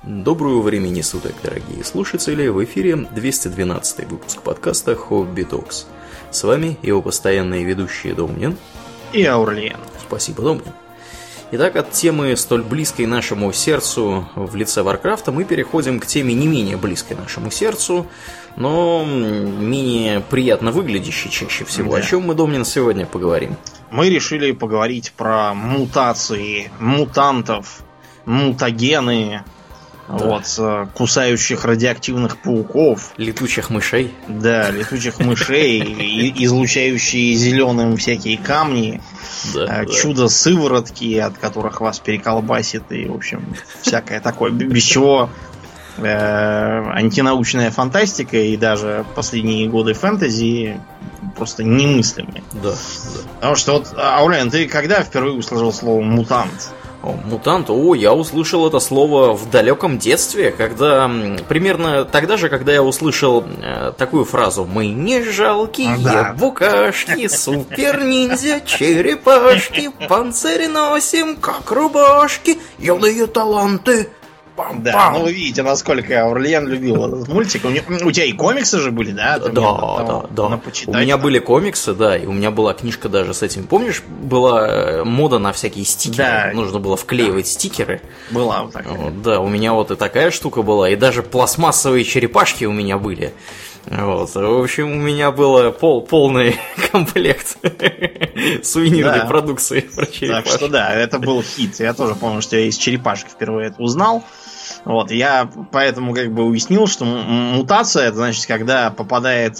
Доброго времени суток, дорогие слушатели! В эфире 212 выпуск подкаста Hobby Talks. С вами его постоянные ведущие Домнин и Аурлиен. Спасибо, Домнин. Итак, от темы, столь близкой нашему сердцу в лице Варкрафта, мы переходим к теме не менее близкой нашему сердцу, но менее приятно выглядящей чаще всего. Да. О чем мы, Домнин, сегодня поговорим? Мы решили поговорить про мутации, мутантов, мутагены, да. Кусающих радиоактивных пауков. Летучих мышей. Да, летучих мышей, излучающие зеленым всякие камни. Да, чудо-сыворотки, от которых вас переколбасит, и, в общем, всякое такое, без чего антинаучная фантастика и даже последние годы фэнтези просто немыслимы. Да. Потому что вот, Аурлиен, ты когда впервые услышал слово «мутант»? Мутант? Я услышал это слово в далеком детстве, когда примерно тогда же, когда я услышал такую фразу: «Мы не жалкие букашки, супер-ниндзя, черепашки, панцири носим, как рубашки, юные таланты». Да, ну вы видите, насколько Аурлиен любил этот мультик. У тебя и комиксы же были, да? Да. У меня были комиксы, да, и у меня была книжка даже с этим. Помнишь, была мода на всякие стикеры? Да. Нужно было вклеивать стикеры. Была вот такая. Да, у меня вот и такая штука была, и даже пластмассовые черепашки у меня были. Вот. В общем, у меня был полный комплект сувенирной продукции про черепашки. Так что да, это был хит. Я тоже помню, что я из черепашек впервые это узнал. Вот, я поэтому как бы уяснил, что мутация — это значит, когда попадает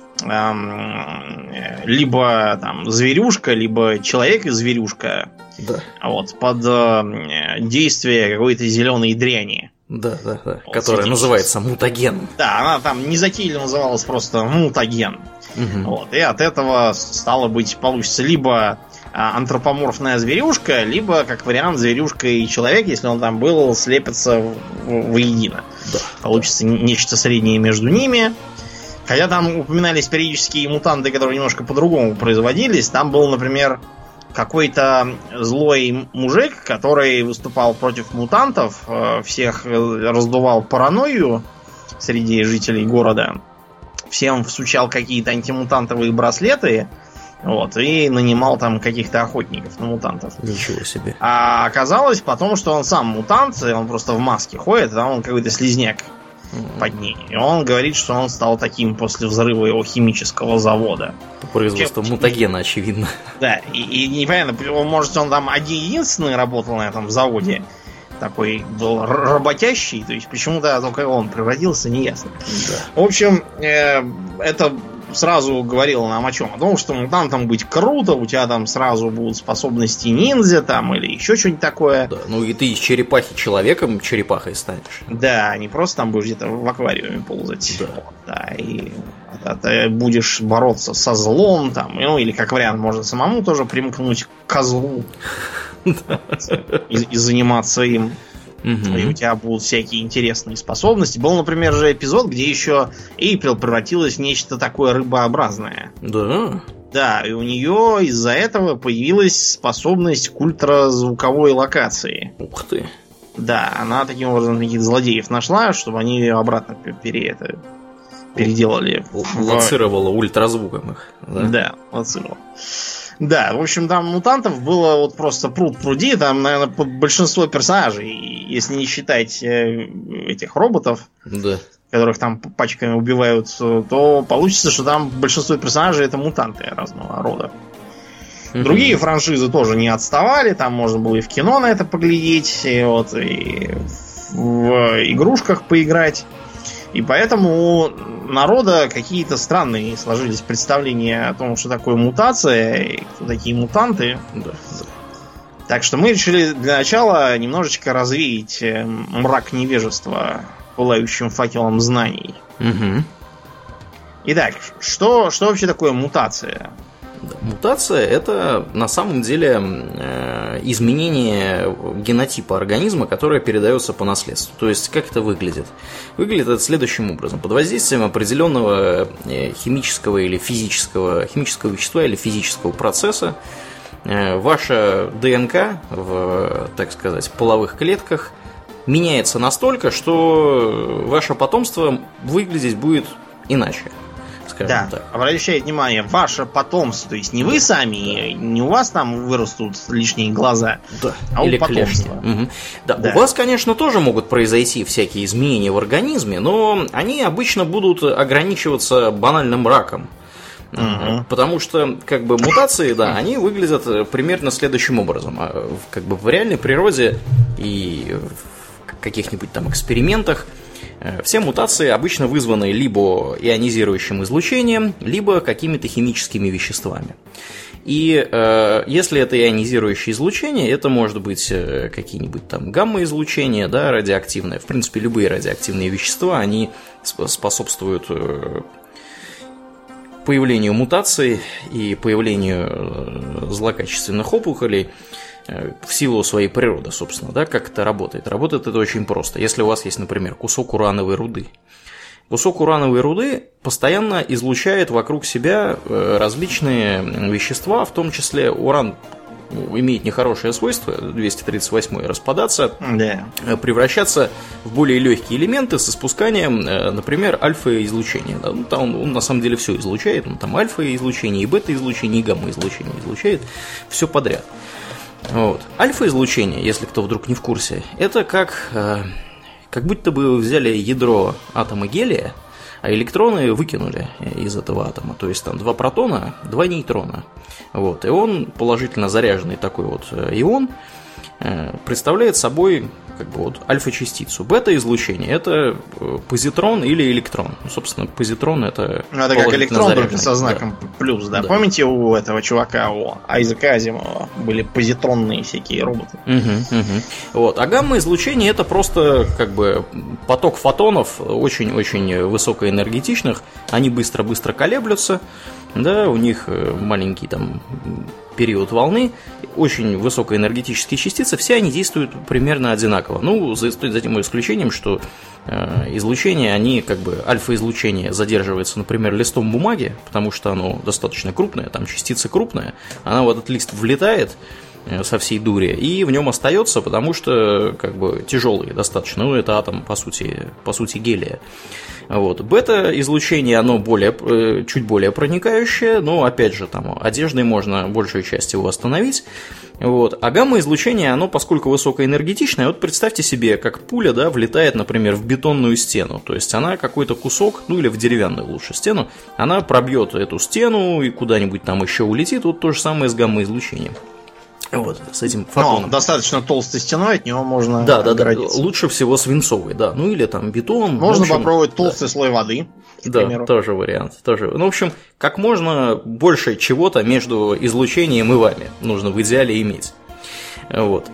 либо там зверюшка, либо человек и зверюшка, да. Вот, под действие какой-то зеленой дряни. Да, вот, которая называется мутаген. Да, она там незатейливо называлась просто мутаген. Угу. Вот, и от этого, стало быть, получится либо антропоморфная зверюшка, либо, как вариант, зверюшка и человек, если он там был, слепятся воедино. Да. Получится нечто среднее между ними. Хотя там упоминались периодические мутанты, которые немножко по-другому производились. Там был, например, какой-то злой мужик, который выступал против мутантов, всех раздувал паранойю среди жителей города, всем всучал какие-то антимутантовые браслеты, вот, и нанимал там каких-то охотников на мутантов. Ничего себе. А оказалось потом, что он сам мутант, и он просто в маске ходит, а он какой-то слизняк под ней. И он говорит, что он стал таким после взрыва его химического завода. По производству мутагена, очевидно. Да, и непонятно, может, он там один-единственный работал на этом заводе, такой был работящий, то есть почему-то только он превратился, неясно. Да. В общем, это сразу говорило нам о чем? О том, что мутантам быть круто, у тебя там сразу будут способности ниндзя там или еще что-нибудь такое. Да, ну и ты из черепахи человеком черепахой станешь. Да, не просто там будешь где-то в аквариуме ползать. Да, и ты будешь бороться со злом там, ну или как вариант можно самому тоже примкнуть к козлу и заниматься им. Угу. И у тебя будут всякие интересные способности. Был, например, же эпизод, где еще Эйприл превратилась в нечто такое рыбообразное. Да? Да, и у нее из-за этого появилась способность к ультразвуковой локации. Ух ты. Да, она таким образом каких-то злодеев нашла, чтобы они ее обратно переделали. Лоцировала ультразвуком их. Да, лоцировала. Да, в общем, там мутантов было вот просто пруд-пруди, там, наверное, большинство персонажей, если не считать этих роботов, да, которых там пачками убивают, то получится, что там большинство персонажей — это мутанты разного рода. Другие франшизы тоже не отставали, там можно было и в кино на это поглядеть, и в игрушках поиграть. И поэтому у народа какие-то странные сложились представления о том, что такое мутация и кто такие мутанты. Да. Так что мы решили для начала немножечко развеять мрак невежества пылающим факелом знаний. Угу. Итак, что вообще такое мутация? Мутация – это на самом деле изменение генотипа организма, которое передается по наследству. То есть, как это выглядит? Выглядит это следующим образом. Под воздействием определенного химического вещества или физического процесса ваша ДНК в, так сказать, половых клетках меняется настолько, что ваше потомство выглядеть будет иначе. Да, так. Обращайте внимание, ваше потомство, то есть не вы сами, не у вас там вырастут лишние глаза, да. А у потомства. Угу. Да. У вас, конечно, тоже могут произойти всякие изменения в организме, но они обычно будут ограничиваться банальным раком. Потому что, как бы, мутации, да, они выглядят примерно следующим образом. Как бы в реальной природе и в каких-нибудь там экспериментах все мутации обычно вызваны либо ионизирующим излучением, либо какими-то химическими веществами. И если это ионизирующее излучение, это может быть какие-нибудь там гамма-излучения, да, радиоактивные. В принципе, любые радиоактивные вещества, они способствуют появлению мутаций и появлению злокачественных опухолей в силу своей природы, собственно, да, как это работает. Работает это очень просто. Если у вас есть, например, кусок урановой руды. Кусок урановой руды постоянно излучает вокруг себя различные вещества, в том числе уран имеет нехорошее свойство, 238 распадаться, превращаться в более легкие элементы с испусканием, например, альфа-излучения. Да, ну, там он на самом деле все излучает, он там альфа-излучение, и бета-излучение, и гамма-излучение излучает, все подряд. Вот. Альфа-излучение, если кто вдруг не в курсе, это как будто бы вы взяли ядро атома гелия, а электроны выкинули из этого атома. То есть там 2 протона, 2 нейтрона. Вот. И он, положительно заряженный такой вот ион, представляет собой как бы вот альфа-частицу. Бета-излучение – это позитрон или электрон. Ну, собственно, позитрон – это как электрон, только со знаком плюс, да? Помните, у этого чувака, у Айзека Азимова, были позитронные всякие роботы? Вот. А гамма-излучение – это просто как бы поток фотонов, очень-очень высокоэнергетичных. Они быстро-быстро колеблются, да, у них маленький там период волны, очень высокоэнергетические частицы, все они действуют примерно одинаково. Ну, за этим исключением, что излучение, они как бы альфа-излучение задерживается, например, листом бумаги, потому что оно достаточно крупное, там частица крупная, она в этот лист влетает со всей дури и в нем остается, потому что как бы тяжелый достаточно, ну, это атом по сути гелия. Вот. Бета-излучение, оно чуть более проникающее, но опять же там одеждой можно большую часть его остановить. Вот. А гамма-излучение, оно, поскольку высокоэнергетичное, вот представьте себе, как пуля, да, влетает, например, в бетонную стену. То есть она какой-то кусок, ну или в деревянную лучше стену, она пробьет эту стену и куда-нибудь там еще улетит. Вот то же самое с гамма-излучением. Вот, с этим фотоном. Но достаточно толстой стеной, от него можно отгородиться. Лучше всего свинцовый, да. Ну или там бетон. Можно попробовать толстый слой воды. Да, тоже вариант. Ну, в общем, как можно больше чего-то между излучением и вами нужно в идеале иметь. Вот.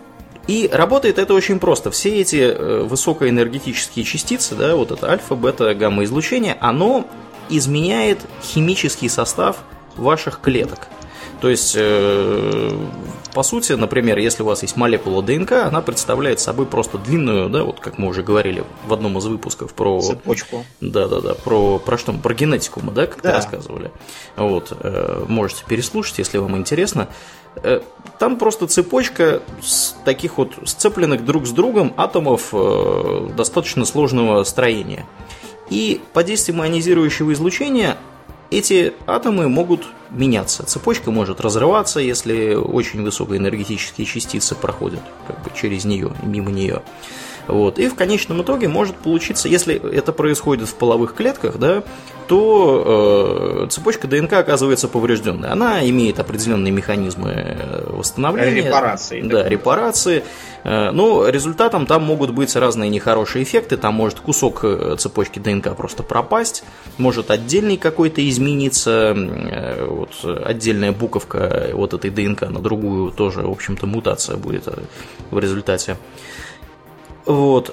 И работает это очень просто. Все эти высокоэнергетические частицы, да, вот это альфа, бета, гамма излучение, оно изменяет химический состав ваших клеток. То есть, по сути, например, если у вас есть молекула ДНК, она представляет собой просто длинную, да, вот как мы уже говорили в одном из выпусков про цепочку. Да, про что мы, про генетику мы, да, как-то рассказывали. Вот, можете переслушать, если вам интересно. Там просто цепочка таких вот сцепленных друг с другом атомов достаточно сложного строения. И под действием ионизирующего излучения эти атомы могут меняться. Цепочка может разрываться, если очень высокоэнергетические частицы проходят как бы через нее и мимо нее. Вот. И в конечном итоге может получиться, если это происходит в половых клетках, да, то цепочка ДНК оказывается поврежденной. Она имеет определенные механизмы восстановления. Репарации. Да, репарации. Но результатом там могут быть разные нехорошие эффекты. Там может кусок цепочки ДНК просто пропасть, может отдельный какой-то измениться, вот, отдельная буковка вот этой ДНК на другую тоже, в общем-то, мутация будет в результате. Вот.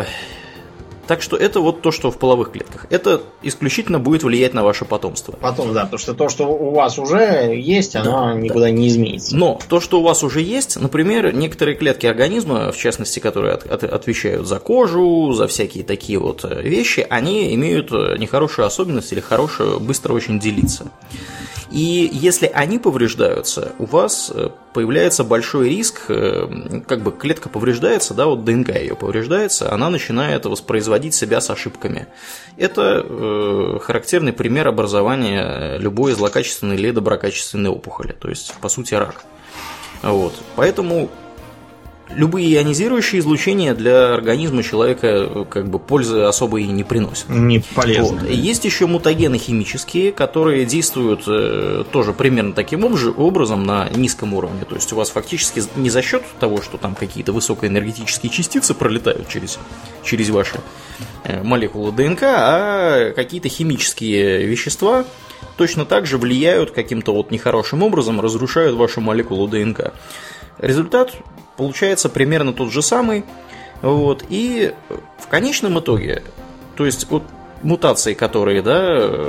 Так что это вот то, что в половых клетках. Это исключительно будет влиять на ваше потомство. Потом, да, потому что то, что у вас уже есть, оно никуда не изменится. Но то, что у вас уже есть, например, некоторые клетки организма, в частности, которые отвечают за кожу, за всякие такие вот вещи, они имеют нехорошую особенность или хорошую быстро очень делиться. И если они повреждаются, у вас появляется большой риск, как бы клетка повреждается, да, вот ДНК ее повреждается, она начинает воспроизводить себя с ошибками. Это характерный пример образования любой злокачественной или доброкачественной опухоли, то есть, по сути, рак. Вот. Поэтому любые ионизирующие излучения для организма человека как бы пользы особой не приносят. Не полезно. Вот. Есть еще мутагены химические, которые действуют тоже примерно таким образом на низком уровне. То есть у вас фактически не за счет того, что там какие-то высокоэнергетические частицы пролетают через ваши молекулы ДНК, а какие-то химические вещества точно так же влияют каким-то вот нехорошим образом, разрушают вашу молекулу ДНК. Результат получается примерно тот же самый. Вот, и в конечном итоге, то есть вот мутации, которые, да,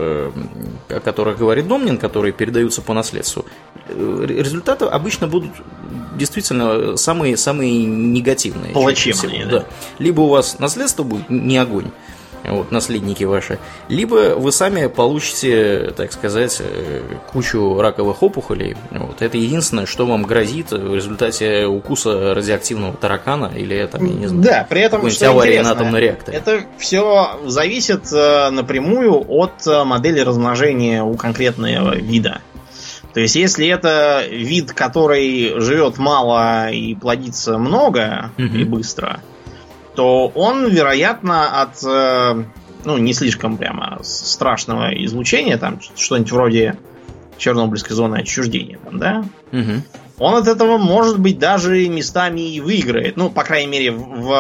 о которых говорит Домнин, которые передаются по наследству, результаты обычно будут действительно самые негативные. Плачевные, да. Либо у вас наследство будет не огонь, вот, наследники ваши, либо вы сами получите, так сказать, кучу раковых опухолей. Вот. Это единственное, что вам грозит в результате укуса радиоактивного таракана или там, я не знаю, да, при этом, что аварии на атомном реакторе. Это все зависит напрямую от модели размножения у конкретного вида. То есть, если это вид, который живет мало и плодится много и быстро, то он, вероятно, от, не слишком прямо страшного излучения, там что-нибудь вроде Чернобыльской зоны отчуждения, там, да? Он от этого, может быть, даже местами и выиграет. Ну, по крайней мере,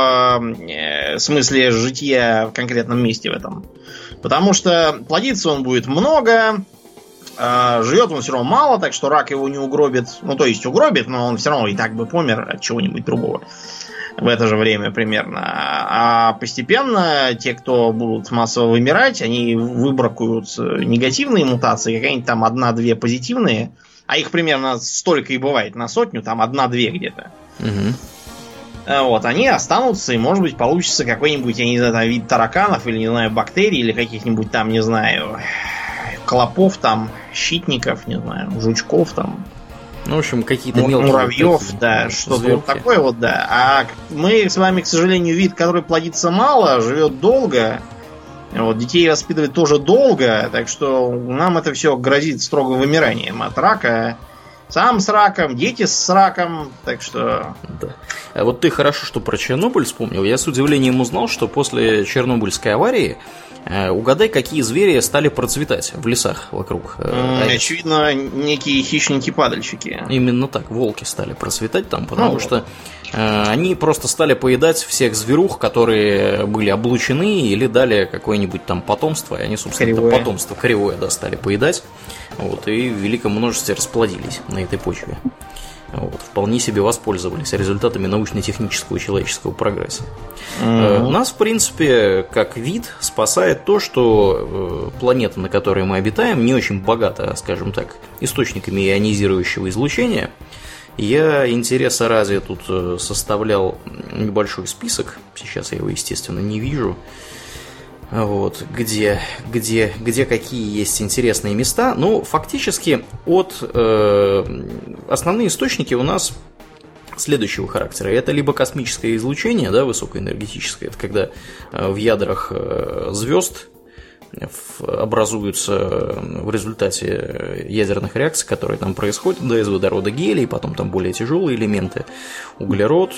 в смысле жития в конкретном месте в этом. Потому что плодиться он будет много, живет он все равно мало, так что рак его не угробит. Ну, то есть угробит, но он все равно и так бы помер от чего-нибудь другого в это же время примерно. А постепенно те, кто будут массово вымирать, они выбракуют негативные мутации, какие-нибудь там 1-2 позитивные, а их примерно столько и бывает на сотню, там 1-2 где-то. Вот, они останутся, и, может быть, получится какой-нибудь, я не знаю, там, вид тараканов, или, не знаю, бактерий, или каких-нибудь там, не знаю, клопов там, щитников, не знаю, жучков там. Ну, в общем, какие-то мелкие муравьев, да, что-то вот такое вот, да. А мы с вами, к сожалению, вид, который плодится мало, живет долго. Вот, детей воспитывать тоже долго, так что нам это все грозит строго вымиранием от рака. Сам с раком, дети с раком, так что... Да. А вот ты хорошо, что про Чернобыль вспомнил. Я с удивлением узнал, что после Чернобыльской аварии, угадай, какие звери стали процветать в лесах вокруг. Очевидно, некие хищники-падальщики. Именно так, волки стали процветать там, потому что они просто стали поедать всех зверух, которые были облучены или дали какое-нибудь там потомство, и они, собственно, это потомство кривое, да, стали поедать, вот, и в великом множестве расплодились на этой почве. Вот, вполне себе воспользовались результатами научно-технического и человеческого прогресса. Нас, в принципе, как вид спасает то, что планета, на которой мы обитаем, не очень богата, скажем так, источниками ионизирующего излучения. Я интереса ради тут составлял небольшой список, сейчас я его, естественно, не вижу. Вот, где какие есть интересные места. Ну, фактически основные источники у нас следующего характера. Это либо космическое излучение, да, высокоэнергетическое, это когда в ядрах звезд образуются в результате ядерных реакций, которые там происходят, да, из водорода гелий, потом там более тяжелые элементы, углерод,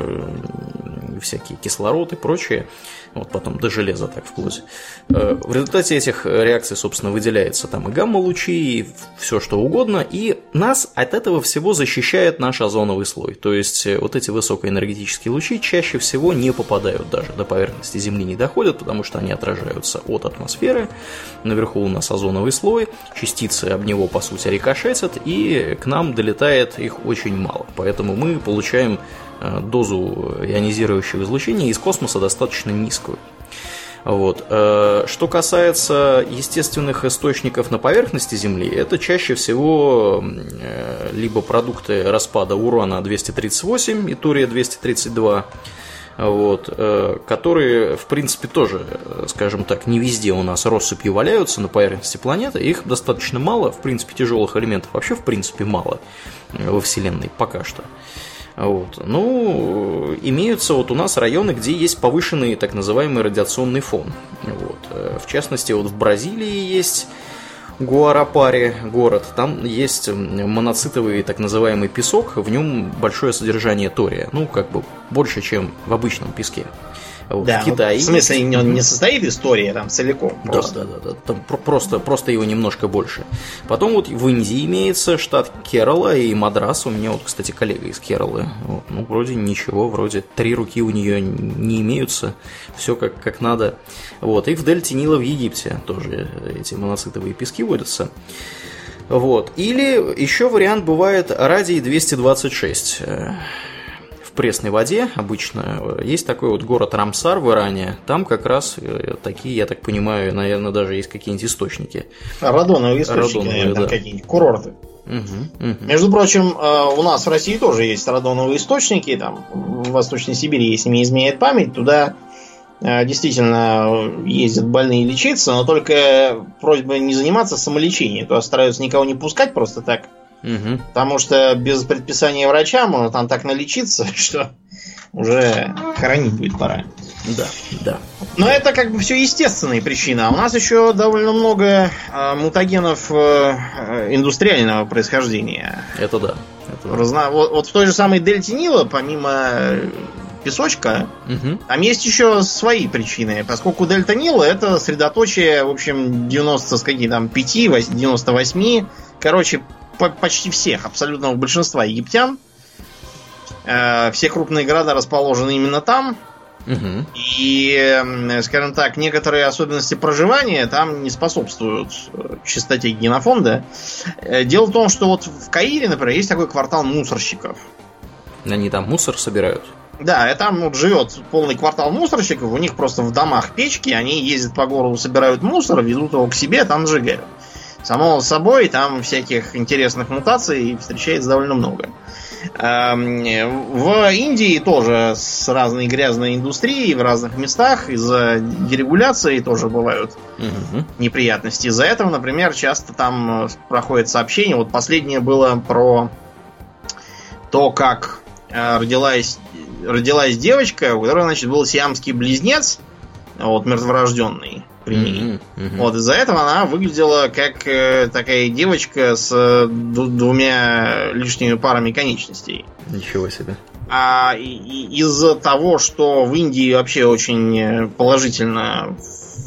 всякие кислород и прочее, вот потом до железа так вплоть. В результате этих реакций, собственно, выделяется там и гамма-лучи, и все что угодно, и нас от этого всего защищает наш озоновый слой. То есть вот эти высокоэнергетические лучи чаще всего не попадают даже до поверхности Земли, не доходят, потому что они отражаются от атмосферы. Наверху у нас озоновый слой, частицы об него, по сути, рикошетят, и к нам долетает их очень мало. Поэтому мы получаем дозу ионизирующего излучения из космоса достаточно низкую. Вот. Что касается естественных источников на поверхности Земли, это чаще всего либо продукты распада урана-238 и тория-232, вот, которые, в принципе, тоже, скажем так, не везде у нас россыпью валяются на поверхности планеты, их достаточно мало, в принципе, тяжелых элементов вообще, в принципе, мало во Вселенной пока что. Вот. Ну, имеются вот у нас районы, где есть повышенный так называемый радиационный фон. Вот. В частности, вот в Бразилии есть Гуарапари город, там есть моноцитовый так называемый песок, в нем большое содержание тория, ну, как бы больше, чем в обычном песке. Вот, да, в Китае. В смысле, он не состоит из тория там целиком. Просто. Да. Там просто его немножко больше. Потом вот в Индии имеется штат Керала и Мадрас. У меня вот, кстати, коллега из Кералы. Вот, ну, вроде ничего, вроде 3 руки у нее не имеются. Все как надо. Вот. И в дельте Нила в Египте тоже эти моноцитовые пески водятся. Вот. Или еще вариант бывает радий 226. В пресной воде обычно есть такой вот город Рамсар в Иране. Там как раз такие, я так понимаю, наверное, даже есть какие-нибудь источники. Радоновые источники, наверное, да. Какие-нибудь курорты. Между прочим, у нас в России тоже есть радоновые источники. Там в Восточной Сибири, если не изменяет память, туда действительно ездят больные лечиться, но только просьба не заниматься самолечением. То стараются никого не пускать просто так. Потому что без предписания врача можно там так налечиться, что уже хоронить будет пора. Да. Но это как бы все естественные причины. А у нас еще довольно много мутагенов индустриального происхождения. Это да. Вот в той же самой дельте Нила, помимо песочка, там есть еще свои причины. Поскольку дельта Нила это средоточие, в общем, 98, короче, почти всех, абсолютного большинства египтян. Все крупные города расположены именно там. И, скажем так, некоторые особенности проживания там не способствуют чистоте генофонда. Дело в том, что вот в Каире, например, есть такой квартал мусорщиков. Они там мусор собирают? Да, и там вот живет полный квартал мусорщиков. У них просто в домах печки. Они ездят по городу, собирают мусор, везут его к себе, там сжигают. Само собой, там всяких интересных мутаций встречается довольно много. В Индии тоже с разной грязной индустрией в разных местах из-за дерегуляции тоже бывают неприятности. Из-за этого, например, часто там проходят сообщения. Вот последнее было про то, как родилась девочка, у которой, значит, был сиамский близнец, вот, мертворожденный при ней. Вот, из-за этого она выглядела как такая девочка с 2 лишними парами конечностей. Ничего себе. А из-за того, что в Индии вообще очень положительно,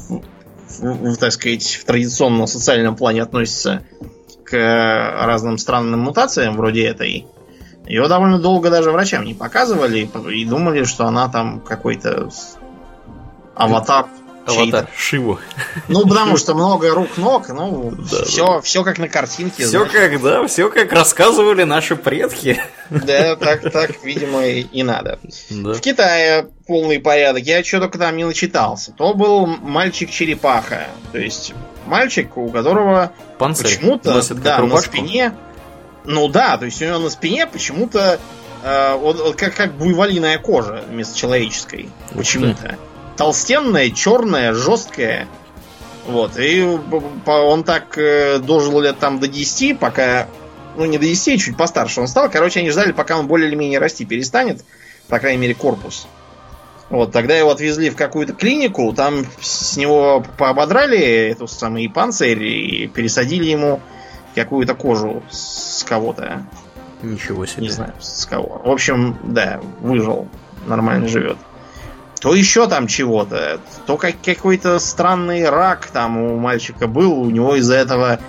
так сказать, в традиционном социальном плане относится к разным странным мутациям вроде этой, ее довольно долго даже врачам не показывали и думали, что она там какой-то аватар. Аватар Шиву. Ну, потому что много рук-ног, все как на картинке. Все как рассказывали наши предки. Да, так, видимо, и надо. Да. В Китае полный порядок. Я что только там не начитался. То был мальчик-черепаха. То есть мальчик, у которого панцирь почему-то на спине. Ну да, то есть у него на спине почему-то как буйволиная кожа вместо человеческой. Почему-то. Толстенная, черная, жесткая. Вот. И он так дожил лет там до 10, пока... Ну, не до 10, чуть постарше он стал. Короче, они ждали, пока он более или менее расти перестанет. По крайней мере, корпус. Вот. Тогда его отвезли в какую-то клинику. Там с него поободрали эту самую панцирь и пересадили ему какую-то кожу с кого-то. Ничего себе. Не знаю, с кого. В общем, да, выжил. Нормально живет. То еще там чего-то. То какой-то странный рак там у мальчика был. У него из-за этого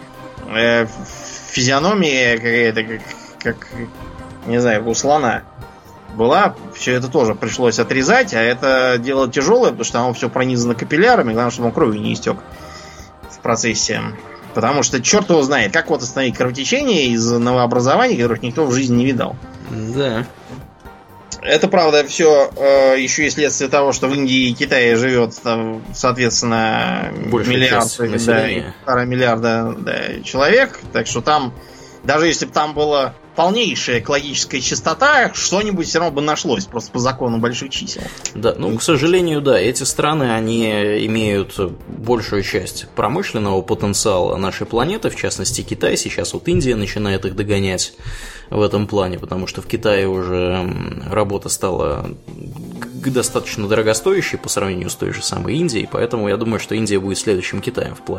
физиономия какая-то как не знаю, у слона была. Все это тоже пришлось отрезать. А это дело тяжелое, потому что оно все пронизано капиллярами. Главное, чтобы он кровью не истек в процессе. Потому что черт его знает, как вот остановить кровотечение из новообразований, которых никто в жизни не видал. Да. Это, правда, все еще и следствие того, что в Индии и Китае живет, там, соответственно, полтора миллиарда человек. Так что там, даже если бы там было полнейшая экологическая чистота, что-нибудь все равно бы нашлось, просто по закону больших чисел. Да, ну, к сожалению, да, эти страны, они имеют большую часть промышленного потенциала нашей планеты, в частности, Китай. Сейчас вот Индия начинает их догонять в этом плане, потому что в Китае уже работа стала достаточно дорогостоящей по сравнению с той же самой Индией, поэтому я думаю, что Индия будет следующим Китаем в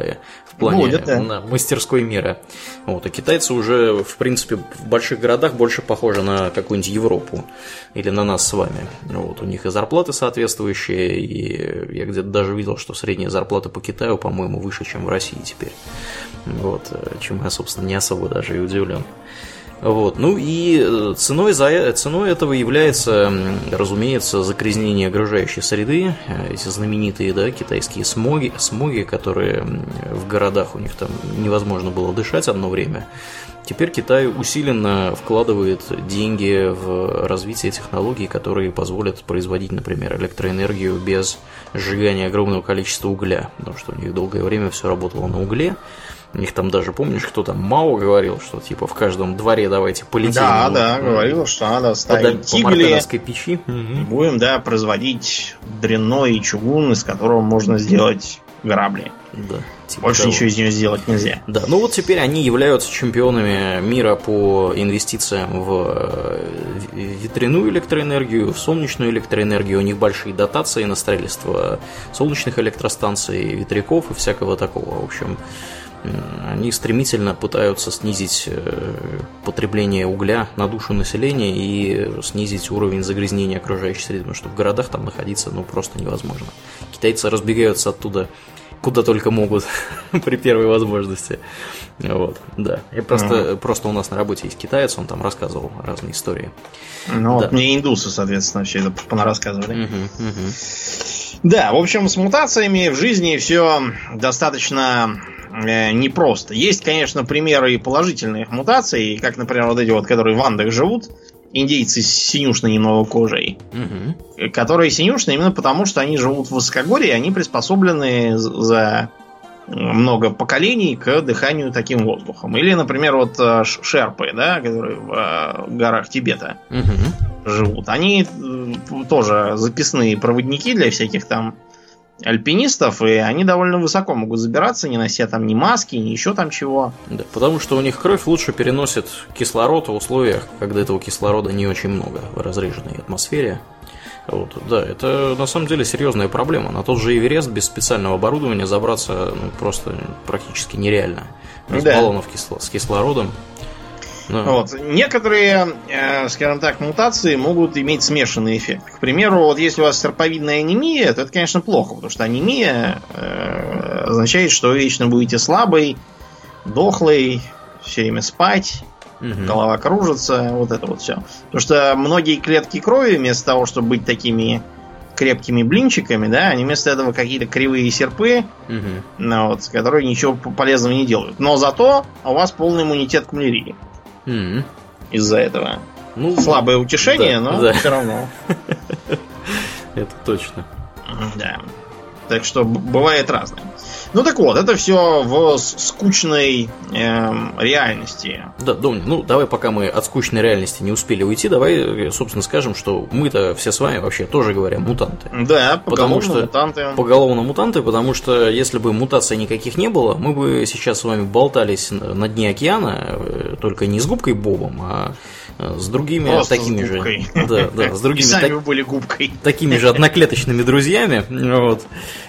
плане мастерской мира. Вот, а китайцы уже, в принципе, в больших городах больше похожи на какую-нибудь Европу или на нас с вами. Вот, у них и зарплаты соответствующие, и я где-то даже видел, что средняя зарплата по Китаю, по-моему, выше, чем в России теперь. Вот, чем я, собственно, не особо даже и удивлен. Вот. Ну и ценой этого является, разумеется, загрязнение окружающей среды, эти знаменитые, да, китайские смоги, которые в городах у них там невозможно было дышать одно время. Теперь Китай усиленно вкладывает деньги в развитие технологий, которые позволят производить, например, электроэнергию без сжигания огромного количества угля, потому что у них долгое время все работало на угле. У них там даже, помнишь, кто там, Мао говорил, что типа в каждом дворе давайте полетим. Да, говорил, что надо ставить тигли, печи. Будем, да, производить дрянной чугун, из которого можно сделать грабли. Да. Типа больше того. Ничего из нее сделать нельзя. Да, ну вот теперь они являются чемпионами мира по инвестициям в ветряную электроэнергию, в солнечную электроэнергию. У них большие дотации на строительство солнечных электростанций, ветряков и всякого такого. В общем, они стремительно пытаются снизить потребление угля на душу населения и снизить уровень загрязнения окружающей среды, потому что в городах там находиться просто невозможно. Китайцы разбегаются оттуда куда только могут при первой возможности. Вот, да. И просто у нас на работе есть китаец, он там рассказывал разные истории. Ну, да. Вот мне индусы, соответственно, все это понарассказывали. Да, в общем, с мутациями в жизни все достаточно непросто. Есть, конечно, примеры положительных мутаций, как, например, вот эти вот, которые в Андах живут, индейцы с синюшной немного кожей, которые синюшные именно потому, что они живут в высокогорье, и они приспособлены за много поколений к дыханию таким воздухом. Или, например, вот шерпы, да, которые в горах Тибета живут. Они тоже записные проводники для всяких там альпинистов, и они довольно высоко могут забираться, не нося там ни маски, ни еще там чего. Да, потому что у них кровь лучше переносит кислород в условиях, когда этого кислорода не очень много в разреженной атмосфере. Вот, да, это на самом деле серьезная проблема. На тот же Эверест без специального оборудования забраться просто практически нереально. Без баллонов с кислородом. Да. Вот. Некоторые, скажем так, мутации могут иметь смешанный эффект. К примеру, вот если у вас серповидная анемия, то это, конечно, плохо, потому что анемия означает, что вы вечно будете слабый, дохлый, все время спать, голова кружится, вот это вот все. Потому что многие клетки крови, вместо того, чтобы быть такими крепкими блинчиками, да, они вместо этого какие-то кривые серпы, вот, которые ничего полезного не делают. Но зато у вас полный иммунитет к малярии. Из-за этого. Ну, слабое утешение, да, но все равно. Это точно. Да. Так что бывает разное. Ну так вот, это все в скучной реальности. Да, Домнин, ну давай, пока мы от скучной реальности не успели уйти, давай, собственно, скажем, что мы-то все с вами вообще тоже говорим мутанты. Да, поголовно мутанты. Поголовно мутанты, потому что если бы мутаций никаких не было, мы бы сейчас с вами болтались на дне океана, только не с губкой Бобом, а с другими просто такими же. Да, с другими. Сами вы были губкой. Такими же одноклеточными друзьями. Вот.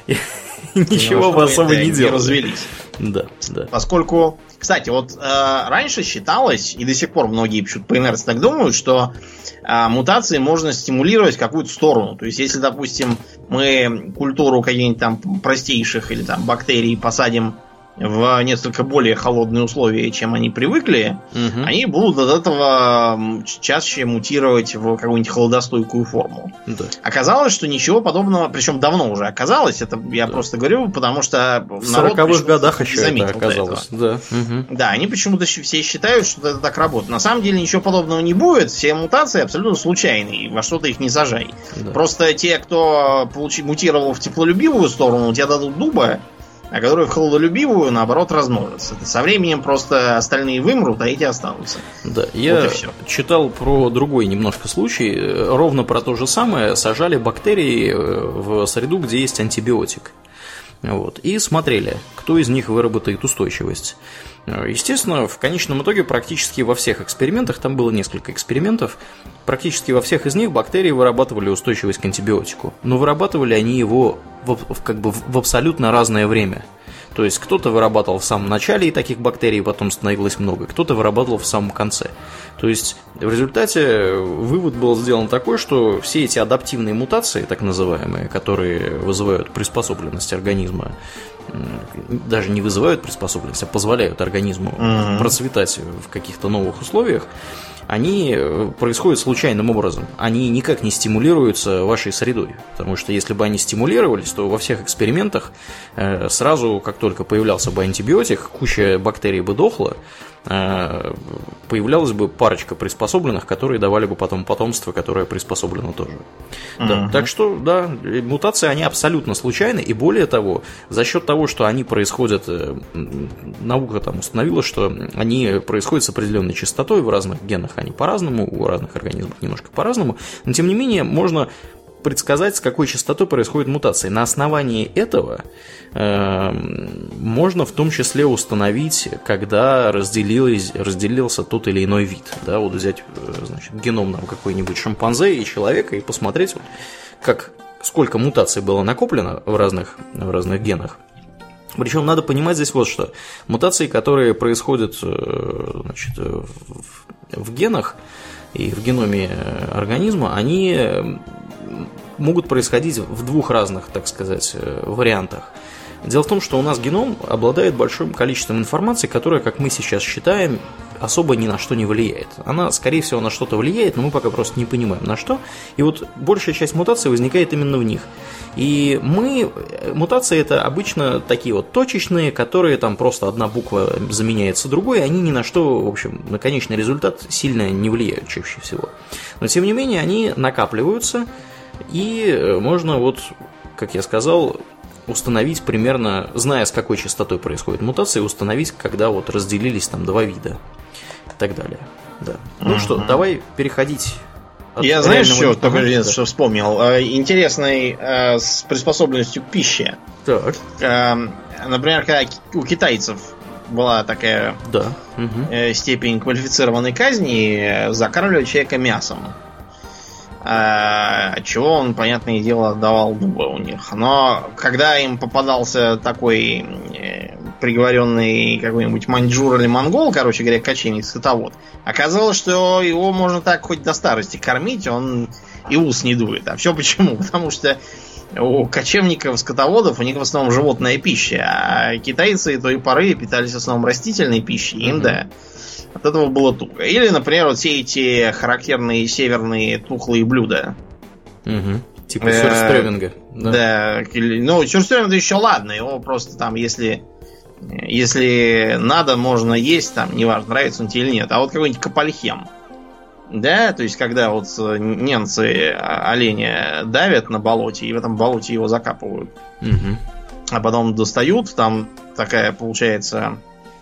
Ничего бы особо не делали. Развелись. Да. Поскольку, кстати, вот раньше считалось, и до сих пор многие почему-то по инерции так думают, что мутации можно стимулировать в какую-то сторону. То есть, если, допустим, мы культуру каких-нибудь там простейших или там бактерий посадим в несколько более холодные условия, чем они привыкли, они будут от этого чаще мутировать в какую-нибудь холодостойкую форму. Да. Оказалось, что ничего подобного, причем давно уже оказалось, это я просто говорю, потому что в 40-х годах еще это оказалось. Да, они почему-то все считают, что это так работает. На самом деле ничего подобного не будет, все мутации абсолютно случайные, во что-то их не сажай. Да. Просто те, кто мутировал в теплолюбивую сторону, тебе дадут дуба, а которые в холодолюбивую, наоборот, размножатся. Со временем просто остальные вымрут, а эти останутся. Да, я читал про другой немножко случай, ровно про то же самое. Сажали бактерии в среду, где есть антибиотик. Вот, и смотрели, кто из них выработает устойчивость. Естественно, в конечном итоге практически во всех экспериментах, там было несколько экспериментов, практически во всех из них бактерии вырабатывали устойчивость к антибиотику. Но вырабатывали они его в абсолютно разное время. То есть кто-то вырабатывал в самом начале, и таких бактерий потом становилось много, кто-то вырабатывал в самом конце. То есть в результате вывод был сделан такой, что все эти адаптивные мутации, так называемые, которые вызывают приспособленность организма, даже не вызывают приспособленность, а позволяют организму процветать в каких-то новых условиях, они происходят случайным образом. Они никак не стимулируются вашей средой. Потому что если бы они стимулировались, то во всех экспериментах сразу, как только появлялся бы антибиотик, куча бактерий бы дохла, появлялась бы парочка приспособленных, которые давали бы потом потомство, которое приспособлено тоже. Да, так что, да, мутации, они абсолютно случайны, и более того, за счет того, что они происходят, наука там установила, что они происходят с определенной частотой в разных генах, они по-разному, у разных организмов немножко по-разному, но тем не менее можно предсказать, с какой частотой происходят мутации. На основании этого можно в том числе установить, когда разделился тот или иной вид. Да, вот взять, значит, геном нам какой-нибудь шимпанзе и человека и посмотреть, вот, сколько мутаций было накоплено в разных генах. Причем надо понимать здесь вот что. Мутации, которые происходят, значит, в генах и в геноме организма, они могут происходить в двух разных, так сказать, вариантах. Дело в том, что у нас геном обладает большим количеством информации, которая, как мы сейчас считаем, особо ни на что не влияет. Она, скорее всего, на что-то влияет, но мы пока просто не понимаем, на что. И вот большая часть мутаций возникает именно в них. И мутации это обычно такие вот точечные, которые там просто одна буква заменяется другой, они ни на что, в общем, на конечный результат сильно не влияют чаще всего. Но, тем не менее, они накапливаются, и можно, вот, как я сказал, установить примерно, зная, с какой частотой происходит мутация, установить, когда вот разделились там два вида и так далее. Да. Ну что, давай переходить. Я, знаешь, что вспомнил? Интересный с приспособленностью к пище. Так. Например, когда у китайцев была такая степень квалифицированной казни, закармливать человека мясом. Чего он, понятное дело, давал дуба у них. Но когда им попадался такой приговоренный какой-нибудь маньчжур или монгол, короче говоря, кочевник, скотовод, оказалось, что его можно так хоть до старости кормить, он и ус не дует. А все почему? Потому что у кочевников, скотоводов, у них в основном животная пища, а китайцы той поры питались в основном растительной пищей, им да. От этого было туго. Или, например, вот все эти характерные северные тухлые блюда. Типа сюрстрёминга. Да. Ну, сюрстрёминг еще ладно. Его просто там, если надо, можно есть, там, неважно, нравится он тебе или нет. А вот какой-нибудь капальхем. Да, то есть, когда вот немцы оленя давят на болоте, и в этом болоте его закапывают. А потом достают, там такая получается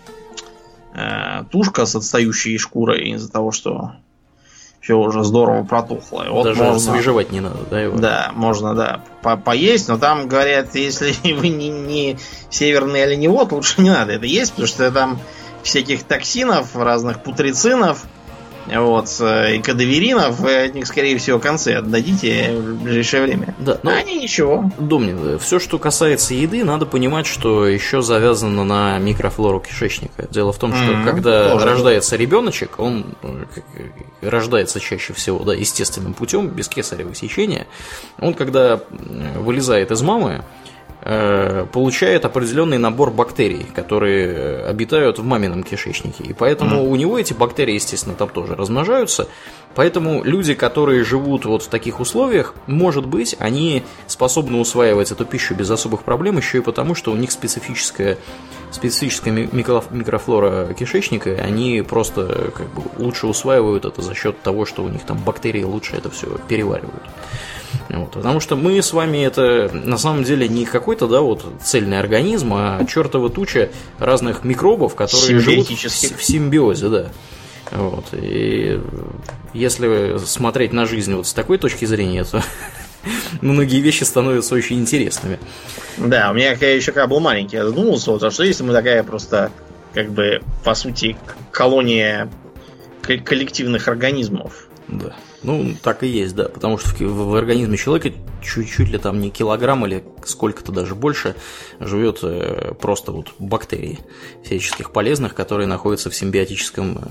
тушка с отстающей шкурой из-за того, что все уже здорово протухло. И вот даже можно освежевать не надо, да, его? Да, можно, да, поесть, но там говорят, если вы не северный оленевод, лучше не надо это есть, потому что там всяких токсинов, разных путрицинов, вот, и кадаверинов, вы от них, скорее всего, концы отдадите в ближайшее время. Да, но они ничего. Домнин, все, что касается еды, надо понимать, что еще завязано на микрофлору кишечника. Дело в том, что когда рождается ребеночек, он рождается чаще всего, да, естественным путем, без кесарево сечения. Он, когда вылезает из мамы, получает определенный набор бактерий, которые обитают в мамином кишечнике. И поэтому у него эти бактерии, естественно, там тоже размножаются. Поэтому люди, которые живут вот в таких условиях, может быть, они способны усваивать эту пищу без особых проблем, еще и потому, что у них специфическая микрофлора кишечника, они просто как бы лучше усваивают это за счет того, что у них там бактерии лучше это все переваривают. Вот, потому что мы с вами это на самом деле не какой-то, да, вот цельный организм, а чертова туча разных микробов, которые живут в симбиозе, да. Вот, и если смотреть на жизнь вот с такой точки зрения, то многие вещи становятся очень интересными. Да, у меня еще когда был маленький, я задумался, вот, а что если мы такая просто, как бы, по сути, колония коллективных организмов? Да. Ну, так и есть, да, потому что в организме человека чуть-чуть ли там не килограмм или сколько-то даже больше живет просто вот бактерий всяческих полезных, которые находятся в симбиотическом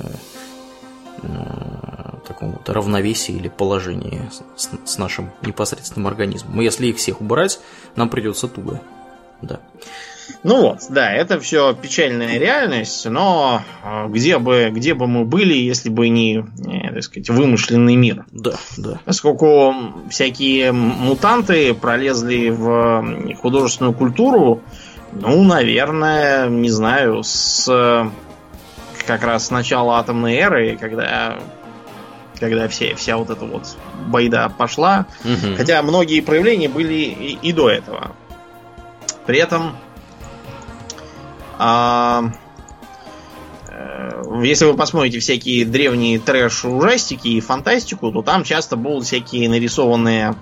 таком вот равновесии или положении с нашим непосредственным организмом. И если их всех убрать, нам придется туго, да. Ну вот, да, это все печальная реальность, но где бы мы были, если бы не, так сказать, вымышленный мир? Да, да. Поскольку всякие мутанты пролезли в художественную культуру, ну, наверное, не знаю, как раз с начала атомной эры, когда вся вот эта вот байда пошла. Угу. Хотя многие проявления были и до этого. При этом если вы посмотрите всякие древние трэш-ужастики и фантастику, то там часто будут всякие нарисованные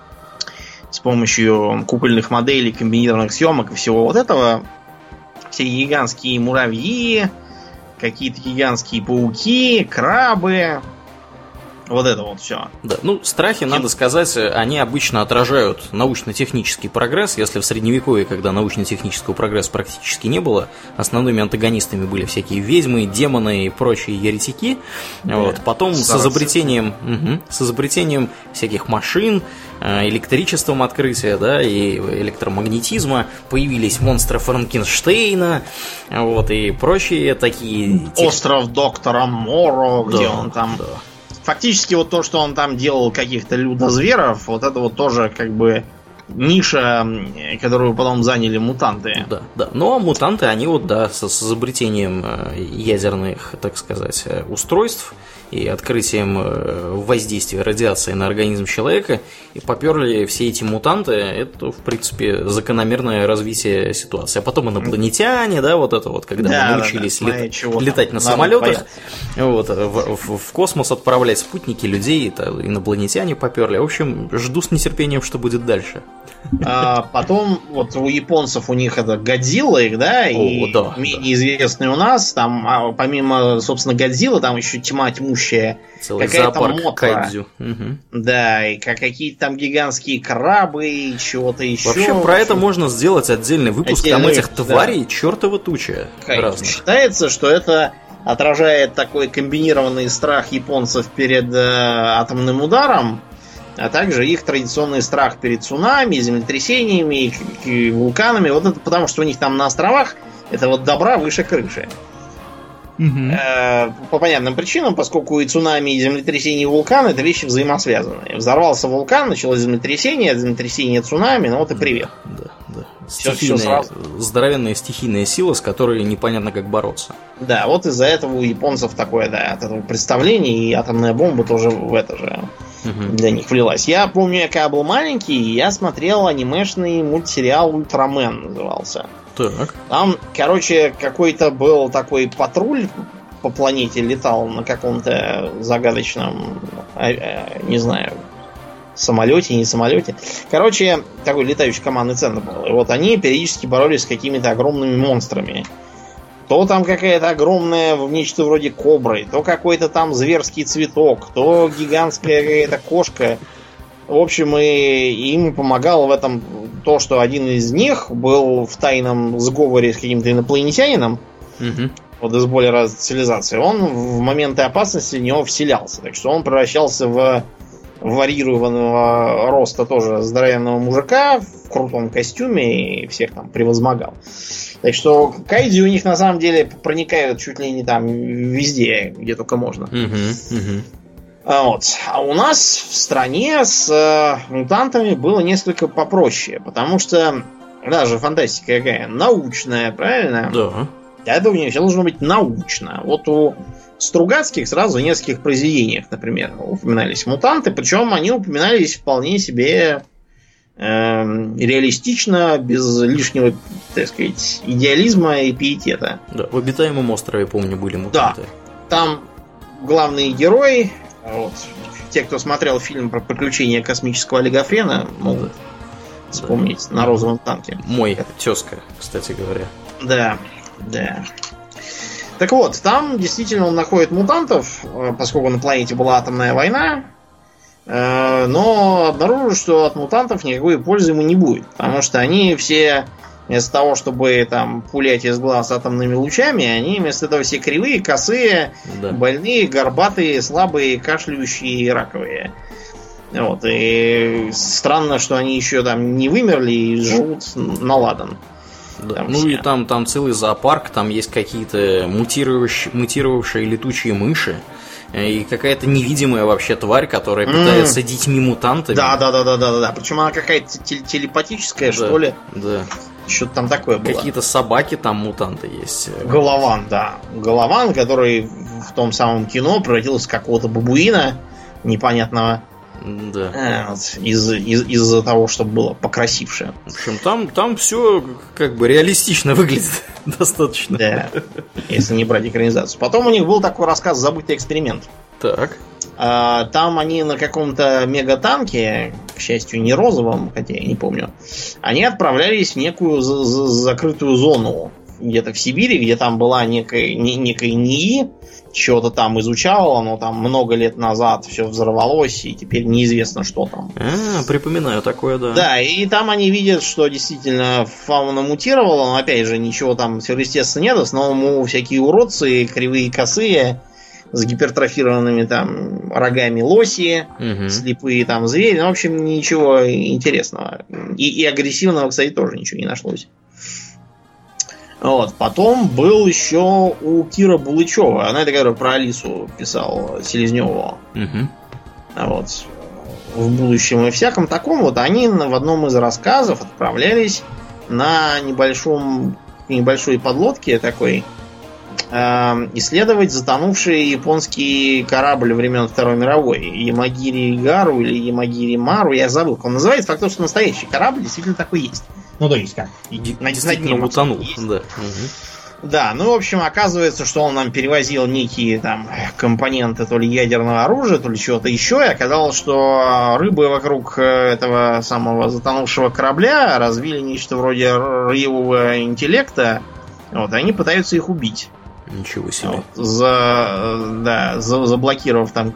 с помощью кукольных моделей, комбинированных съемок и всего вот этого все гигантские муравьи, какие-то гигантские пауки, крабы. Вот это вот все. Да, ну, страхи, надо сказать, они обычно отражают научно-технический прогресс. Если в средневековье, когда научно-технического прогресса практически не было, основными антагонистами были всякие ведьмы, демоны и прочие еретики. Да, вот. Потом с изобретением всяких машин, электричеством открытия, да, и электромагнетизма появились монстры Франкенштейна, вот, и прочие такие... Остров доктора Моро, да, где он там... Да. Фактически вот то, что он там делал каких-то людозверов, вот это вот тоже как бы ниша, которую потом заняли мутанты. Да, да. Но мутанты, они вот, да, с изобретением ядерных, так сказать, устройств и открытием воздействия радиации на организм человека, и поперли все эти мутанты, это, в принципе, закономерное развитие ситуации. А потом инопланетяне, да, вот это вот, когда мы научились летать на самолетах, вот, в космос отправлять спутники, людей, это инопланетяне поперли. В общем, жду с нетерпением, что будет дальше. А потом, вот у японцев у них это Годзилла, да, и да, менее известный у нас, там, помимо, собственно, Годзиллы, там еще тьма тьмущая. Целый зоопарк кайдзю. Угу. Да, и какие-то там гигантские крабы и чего-то еще. Вообще, про это можно сделать отдельный выпуск, там этих тварей чертова туча разных. Считается, что это отражает такой комбинированный страх японцев перед атомным ударом, а также их традиционный страх перед цунами, землетрясениями и вулканами. Вот это потому, что у них там на островах это вот добра выше крыши. По понятным причинам, поскольку и цунами, и землетрясения, и вулканы — это вещи взаимосвязанные. Взорвался вулкан, началось землетрясение, цунами, ну вот и привет. Да, да. Стихийная, здоровенная стихийная сила, с которой непонятно как бороться. Да, вот из-за этого у японцев такое, да, от этого представления, и атомная бомба тоже в это же для них влилась. Я помню, я когда был маленький, я смотрел анимешный мультсериал «Ультрамен» назывался. Так. Там, короче, какой-то был такой патруль по планете, летал на каком-то загадочном, не знаю, самолете, не самолете. Короче, такой летающий командный центр был. И вот они периодически боролись с какими-то огромными монстрами. То там какая-то огромная, нечто вроде кобры, то какой-то там зверский цветок, то гигантская какая-то кошка. В общем, и им помогало в этом то, что один из них был в тайном сговоре с каким-то инопланетянином, вот из более развитой цивилизации. Он в моменты опасности в него вселялся. Так что он превращался в варьированного роста тоже здоровенного мужика в крутом костюме и всех там превозмогал. Так что кайдзю у них на самом деле проникают чуть ли не там везде, где только можно. Вот. А у нас в стране с мутантами было несколько попроще, потому что даже фантастика какая научная, правильно? Да. Для этого все должно быть научно. Вот у Стругацких сразу в нескольких произведениях, например, упоминались мутанты, причем они упоминались вполне себе реалистично, без лишнего, так сказать, идеализма и пиетета. Да, в обитаемом острове, помню, были мутанты. Да, там главный герой, вот, те, кто смотрел фильм про приключения космического олигофрена, могут вспомнить на розовом танке. Мой тезка, кстати говоря. Да, да. Так вот, там действительно он находит мутантов, поскольку на планете была атомная война, но обнаружил, что от мутантов никакой пользы ему не будет, потому что они все вместо того, чтобы там пулять из глаз атомными лучами, они вместо этого все кривые, косые, больные, горбатые, слабые, кашляющие и раковые. Вот, и странно, что они еще там не вымерли и живут на ладан. Да. Ну все. И там целый зоопарк, там есть какие-то мутировавшие летучие мыши. И какая-то невидимая вообще тварь, которая пытается детьми мутантами. Да. Причем она какая-то телепатическая, да, что ли. Да. Что-то там такое было. Какие-то собаки там мутанты есть. Голован, да. Голован, который в том самом кино превратился в какого-то бабуина непонятного. Да. Вот, из-за того, что было покрасивше. В общем, там все как бы реалистично выглядит достаточно. Да. Если не брать экранизацию. Потом у них был такой рассказ «Забытый эксперимент». Так. Там они на каком-то мегатанке, к счастью, не розовом, хотя я не помню, они отправлялись в некую закрытую зону где-то в Сибири, где там была некая НИИ, чего-то там изучала, но там много лет назад все взорвалось, и теперь неизвестно, что там. Припоминаю такое, да. Да, и там они видят, что действительно фауна мутировала, но опять же ничего там сверхъестественного нет, в основном всякие уродцы, кривые, косые, с гипертрофированными там рогами лоси, слепые там звери, ну, в общем, ничего интересного. И агрессивного, кстати, тоже ничего не нашлось. Вот. Потом был еще у Кира Булычева. Она это, который про Алису писал, Селезневу. Вот. В будущем и всяком таком. Вот они в одном из рассказов отправлялись на небольшой подлодке такой исследовать затонувший японский корабль времен Второй мировой. Ямагири Гару или Ямагири Мару. Я забыл, как он называется. Факт, что настоящий корабль действительно такой есть. Ну, то есть как? На дне утонул. Да. Да, ну, в общем, оказывается, что он нам перевозил некие там компоненты то ли ядерного оружия, то ли чего-то еще, и оказалось, что рыбы вокруг этого самого затонувшего корабля развили нечто вроде роевого интеллекта, вот, и они пытаются их убить. Ничего себе. Вот, заблокировав там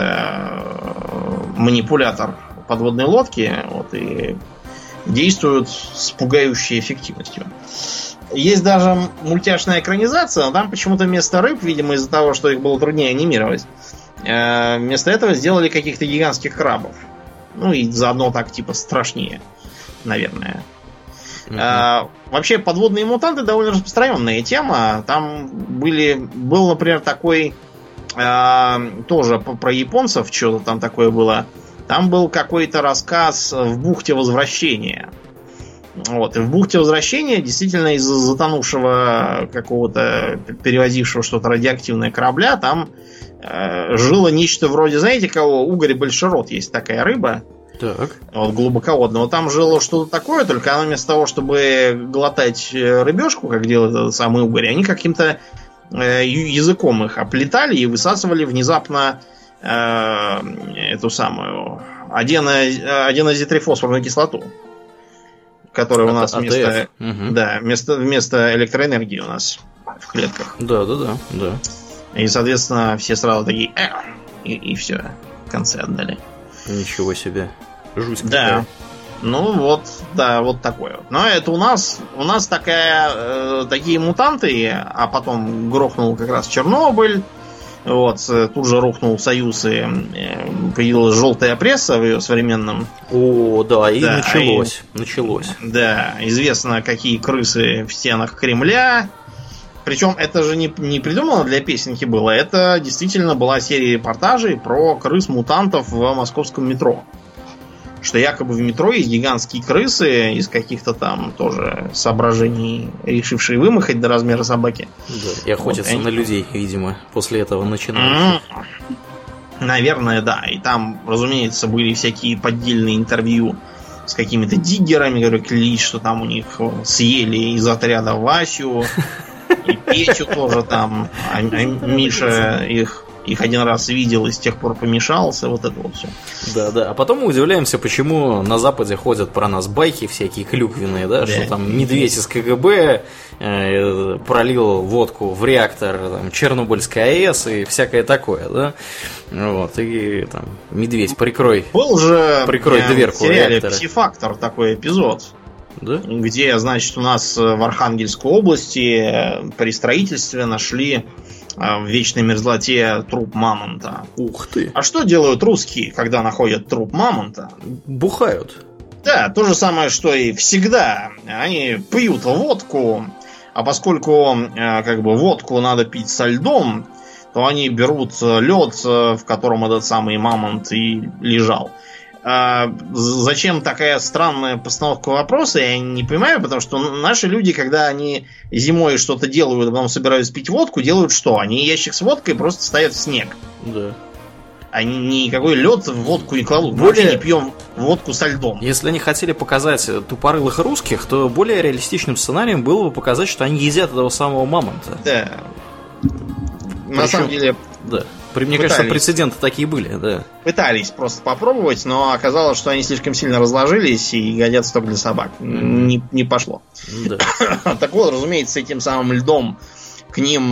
чем-то манипулятор подводной лодки, вот, и действуют с пугающей эффективностью. Есть даже мультяшная экранизация, но там почему-то вместо рыб, видимо, из-за того, что их было труднее анимировать, вместо этого сделали каких-то гигантских крабов. Ну и заодно так типа страшнее, наверное. Вообще подводные мутанты довольно распространенная тема. Там был, например, такой тоже про японцев, что-то там такое было. Там был какой-то рассказ в бухте Возвращения. Вот. И в бухте Возвращения действительно из-за затонувшего какого-то, перевозившего что-то радиоактивное корабля, там жило нечто вроде, знаете, кого? Угорь большерот, есть такая рыба. Так. Вот, глубоководного. Там жило что-то такое, только оно вместо того, чтобы глотать рыбешку, как делает этот самый угорь, они каким-то языком их оплетали и высасывали внезапно эту самую аденозитрифосфорную кислоту, которая у нас вместо электроэнергии у нас в клетках. Да. И, соответственно, все сразу такие и все, в конце отдали. Ничего себе. Жуть какая. Да. Ну вот, да, вот такое. Но это у нас такие мутанты, а потом грохнул как раз Чернобыль. Вот, тут же рухнул Союз, и появилась желтая пресса в ее современном. О, да, и да, началось. Да, известно, какие крысы в стенах Кремля. Причем это же не придумано для песенки было, это действительно была серия репортажей про крыс-мутантов в московском метро. что якобы в метро есть гигантские крысы из каких-то там тоже соображений, решившие вымахать до размера собаки. Да, и охотятся вот, на людей, видимо, после этого начинают. Наверное, да. И там, разумеется, были всякие поддельные интервью с какими-то диггерами, которые клялись, что там у них съели из отряда Васю и Петю тоже там. А Миша их один раз видел и с тех пор помешался, вот это вот все. Да. А потом мы удивляемся, почему на Западе ходят про нас байки всякие клюквенные, да, что там медведь из КГБ пролил водку в реактор там, Чернобыльской АЭС и всякое такое, да. Вот, и там, медведь, прикрой дверку в сериале реактора. «Пси-фактор» такой эпизод. Да? Где, значит, у нас в Архангельской области при строительстве нашли в вечной мерзлоте труп мамонта. Ух ты! А что делают русские, когда находят труп мамонта? Бухают. Да, то же самое, что и всегда. Они пьют водку, а поскольку водку надо пить со льдом, то они берут лед, в котором этот самый мамонт и лежал. Зачем такая странная постановка вопроса, я не понимаю, потому что наши люди, когда они зимой что-то делают, а потом собираются пить водку, делают что? Они ящик с водкой просто ставят в снег. Да. Они никакой лед в водку не кладут. Мы вообще не пьем водку со льдом. Если они хотели показать тупорылых русских, то более реалистичным сценарием было бы показать, что они едят этого самого мамонта. Да. На самом деле... Да. Мне кажется, прецеденты такие были, да. Пытались просто попробовать, но оказалось, что они слишком сильно разложились и годятся только для собак. Не пошло. Да. Так вот, разумеется, с этим самым льдом к ним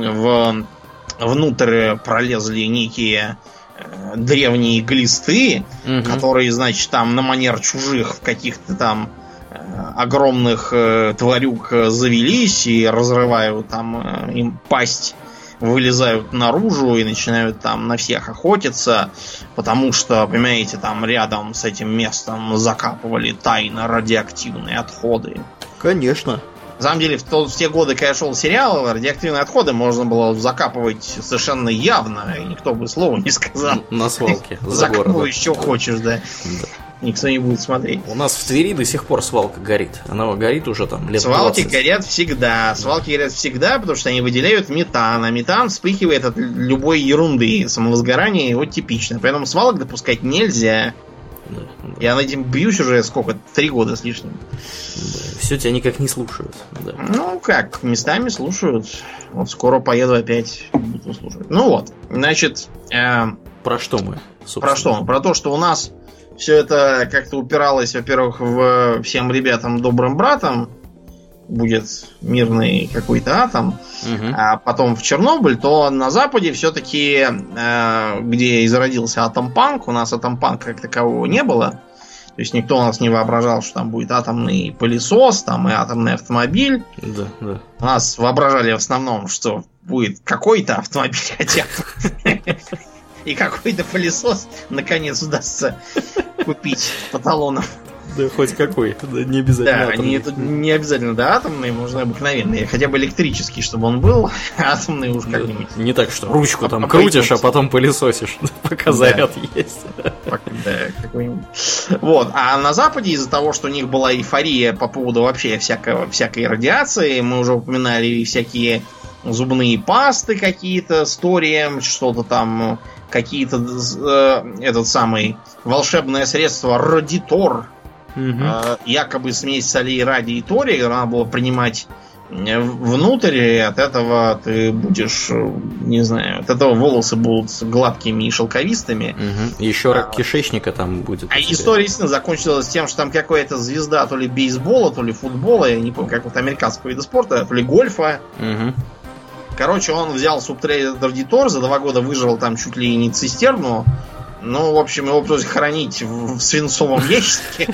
внутрь пролезли некие древние глисты, которые, значит, там на манер чужих в каких-то там огромных тварюк завелись и разрывают там им пасть, вылезают наружу и начинают там на всех охотиться, потому что, понимаете, там рядом с этим местом закапывали тайно радиоактивные отходы. Конечно. На самом деле, в те годы, когда шел сериал, радиоактивные отходы можно было закапывать совершенно явно, и никто бы слова не сказал. На свалке. Закапывай, что хочешь, да. Никто не будет смотреть. У нас в Твери до сих пор свалка горит. Она горит уже там лет 20. Свалки горят всегда. Свалки горят всегда, потому что они выделяют метан. А метан вспыхивает от любой ерунды. Самовозгорание его типично. Поэтому свалок допускать нельзя. Да. Я над этим бьюсь уже сколько? 3 года с лишним. Да. Все тебя никак не слушают. Да. Ну как, местами слушают. Вот скоро поеду опять, буду слушать. Ну вот, значит... Про что мы, собственно? Про что? Про то, что у нас все это как-то упиралось, во-первых, в всем ребятам добрым братом, будет мирный какой-то атом, а потом в Чернобыль, то на Западе все-таки, где и зародился атомпанк, у нас атомпанка как такового не было. То есть никто у нас не воображал, что там будет атомный пылесос, там и атомный автомобиль. Да. У нас воображали в основном, что будет какой-то автомобиль хотя бы. И какой-то пылесос наконец удастся купить по талонам. Да, хоть какой, да, не обязательно. Да, не обязательно, да, атомный, можно обыкновенный, хотя бы электрический, чтобы он был, атомный уж как-нибудь. Не так, что ручку там крутишь, а потом пылесосишь, пока заряд есть. Да, какой-нибудь. Вот, а на Западе из-за того, что у них была эйфория по поводу вообще всякой радиации, мы уже упоминали всякие зубные пасты какие-то с торием, что-то там, какие-то этот самый волшебное средство радитор. Якобы смесь солей радия и тория, которую надо было принимать внутрь, и от этого ты будешь, не знаю, от этого волосы будут гладкими и шелковистыми. Еще рак кишечника там будет. А история, естественно, закончилась тем, что там какая-то звезда то ли бейсбола, то ли футбола, я не помню, какого-то американского вида спорта, то ли гольфа. Короче, он взял субтрадитор, за 2 года выжрал там чуть ли не цистерну. Ну, в общем, его пришлось хранить в свинцовом ящике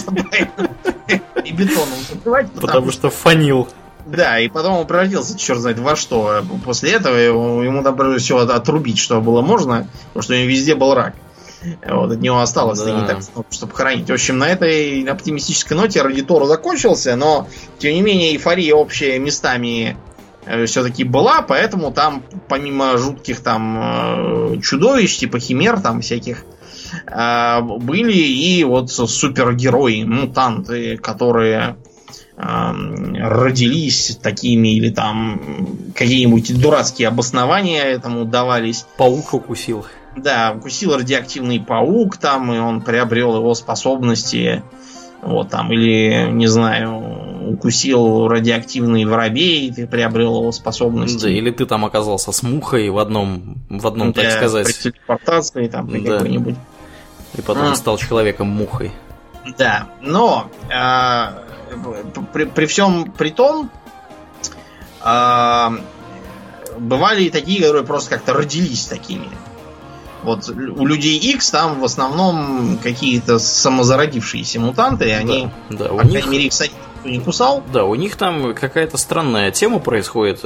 и бетоном закрывать. Потому что фанил. Да, и потом он превратился черт знает во что. После этого ему там пришлось все отрубить, что было можно, потому что у него везде был рак. Вот, от него осталось не так, чтобы хранить. В общем, на этой оптимистической ноте радитор закончился, но, тем не менее, эйфория общая местами все-таки была, поэтому там помимо жутких там чудовищ, типа химер, там всяких были и вот супергерои, мутанты, которые родились такими, или там какие-нибудь дурацкие обоснования этому давались. Паук укусил. Да, укусил радиоактивный паук там, и он приобрел его способности. Вот там, или, не знаю, укусил радиоактивный воробей, и ты приобрел его способности. Да, или ты там оказался с мухой в одном, да, так сказать. При телепортации там, при какой-нибудь. И потом стал человеком-мухой. Да, но при всем при том, бывали и такие, которые просто как-то родились такими. Вот у людей X там в основном какие-то самозародившиеся мутанты, и они, по крайней мере, их никто не кусал. Да, у них там какая-то странная тема происходит.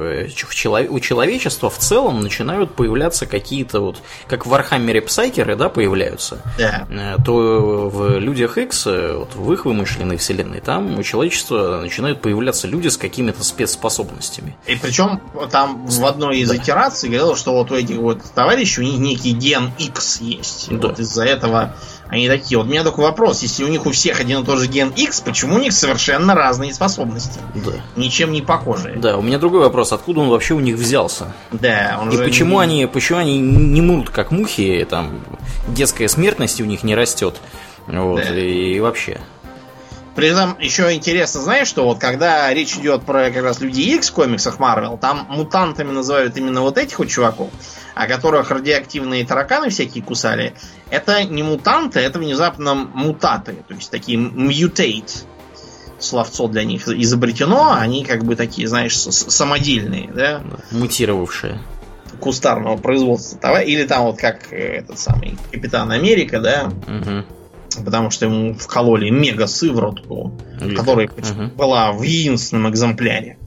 У человечества в целом начинают появляться какие-то вот, как в Вархаммере псайкеры, да, появляются. Да. То в людях X, вот в их вымышленной вселенной, там у человечества начинают появляться люди с какими-то спецспособностями. И причем там в одной из итераций говорилось, что вот у этих вот товарищей у них некий ген X есть. Да. Вот из-за этого они такие. Вот у меня такой вопрос: если у них у всех один и тот же ген X, почему у них совершенно разные способности? Да. Ничем не похожие. Да, у меня другой вопрос: откуда он вообще у них взялся? Да, он и же почему они не мрут как мухи, там детская смертность у них не растет. Вот, да. И вообще. При этом еще интересно, знаешь, что вот когда речь идет про как раз Люди Икс в комиксах Марвел, там мутантами называют именно вот этих вот чуваков, о которых радиоактивные тараканы всякие кусали. Это не мутанты, это внезапно мутаты, то есть такие mutate. Словцо для них изобретено, они как бы такие, знаешь, самодельные, да? Мутировавшие. Кустарного производства. Или там вот как этот самый Капитан Америка, да? Угу. Потому что ему вкололи мега-сыворотку, которая была в единственном экземпляре.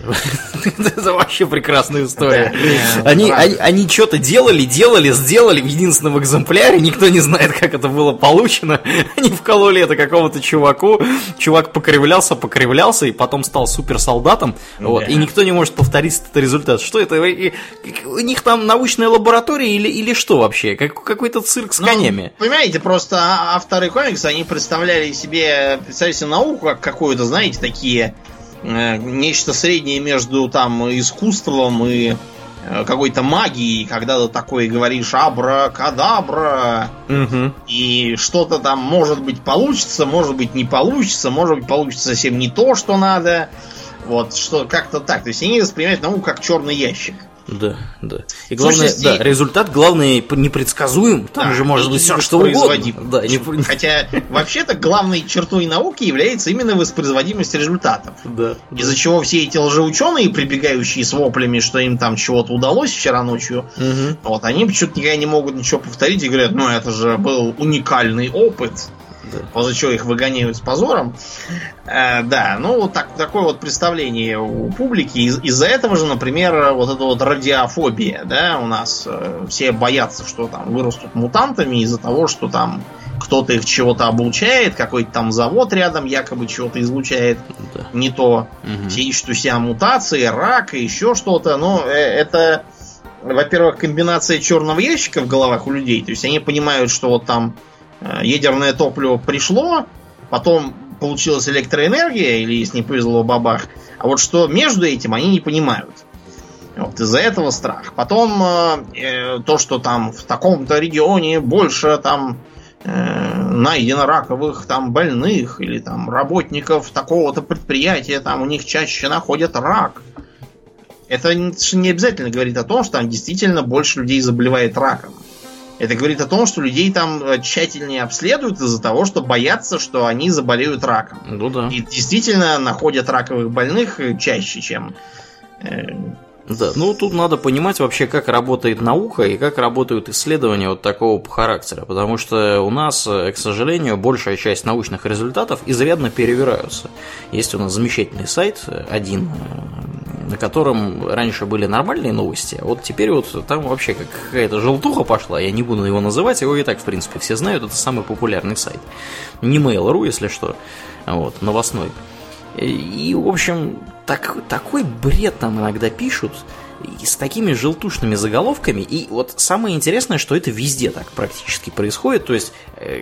Это вообще прекрасная история. Они что-то делали, сделали в единственном экземпляре. Никто не знает, как это было получено. Они вкололи это какому-то чуваку. Чувак покривлялся и потом стал суперсолдатом. Вот, и никто не может повторить этот результат. Что это? У них там научная лаборатория или что вообще? Какой-то цирк с конями. Понимаете, просто авторы комикса, они представляли себе науку как какую-то, знаете, такие... нечто среднее между там искусством и какой-то магией, когда ты такой говоришь абра-кадабра, и что-то там может быть получится, может быть не получится, может быть получится совсем не то, что надо. Вот, что как-то так. То есть они воспринимают науку как черный ящик. Да. И главное, результат, главное, непредсказуем. Там же может быть все, что угодно. Да, хотя, вообще-то, главной чертой науки является именно воспроизводимость результатов. Да. Из-за чего все эти лжеученые, прибегающие с воплями, что им там чего-то удалось вчера ночью, вот, они почему-то никогда не могут ничего повторить и говорят, ну, это же был уникальный опыт. Да. После чего их выгоняют с позором. Да, ну вот такое вот представление у публики. Из-за этого же, например, вот эта вот радиофобия, да, у нас все боятся, что там вырастут мутантами из-за того, что там кто-то их чего-то облучает, какой-то там завод рядом якобы чего-то излучает, не то. Все ищут у себя мутации, рак и еще что-то. Но это, во-первых, комбинация черного ящика в головах у людей. То есть они понимают, что вот там ядерное топливо пришло, потом получилась электроэнергия, или, если не повезло, бабах. А вот что между этим, они не понимают. Вот из-за этого страх. Потом то, что там в таком-то регионе больше там найдено раковых там больных, или там работников такого-то предприятия, там у них чаще находят рак. Это не обязательно говорит о том, что там действительно больше людей заболевает раком. Это говорит о том, что людей там тщательнее обследуют из-за того, что боятся, что они заболеют раком. Ну да. И действительно находят раковых больных чаще, чем... Да, ну тут надо понимать вообще, как работает наука и как работают исследования вот такого характера, потому что у нас, к сожалению, большая часть научных результатов изрядно перевираются. Есть у нас замечательный сайт один, на котором раньше были нормальные новости, а вот теперь вот там вообще какая-то желтуха пошла, я не буду его называть, его и так, в принципе, все знают, это самый популярный сайт. Не Mail.ru, если что, вот, новостной. И, в общем, такой бред там иногда пишут. и с такими желтушными заголовками. И вот самое интересное, что это везде так практически происходит. То есть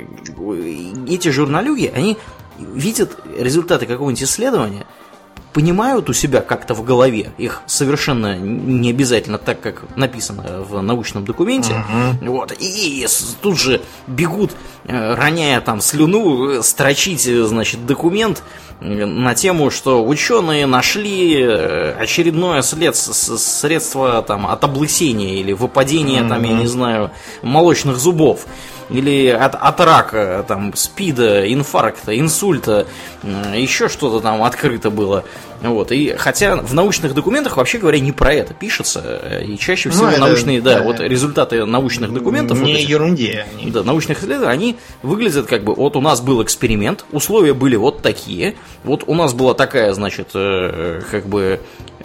эти журналюги, они видят результаты какого-нибудь исследования, понимают у себя как-то в голове, их совершенно не обязательно так, как написано в научном документе, вот, и тут же бегут, роняя там слюну, строчить, значит, документ на тему, что ученые нашли очередное средство там, от облысения или выпадения, там, я не знаю, молочных зубов. Или от рака, там, СПИДа, инфаркта, инсульта, еще что-то там открыто было. Вот. И хотя в научных документах, вообще говоря, не про это пишется. И чаще всего научные, вот результаты научных документов. Не вот этих, ерунде. Да, научных исследований, они выглядят как бы, вот у нас был эксперимент, условия были вот такие, вот у нас была такая, значит, как бы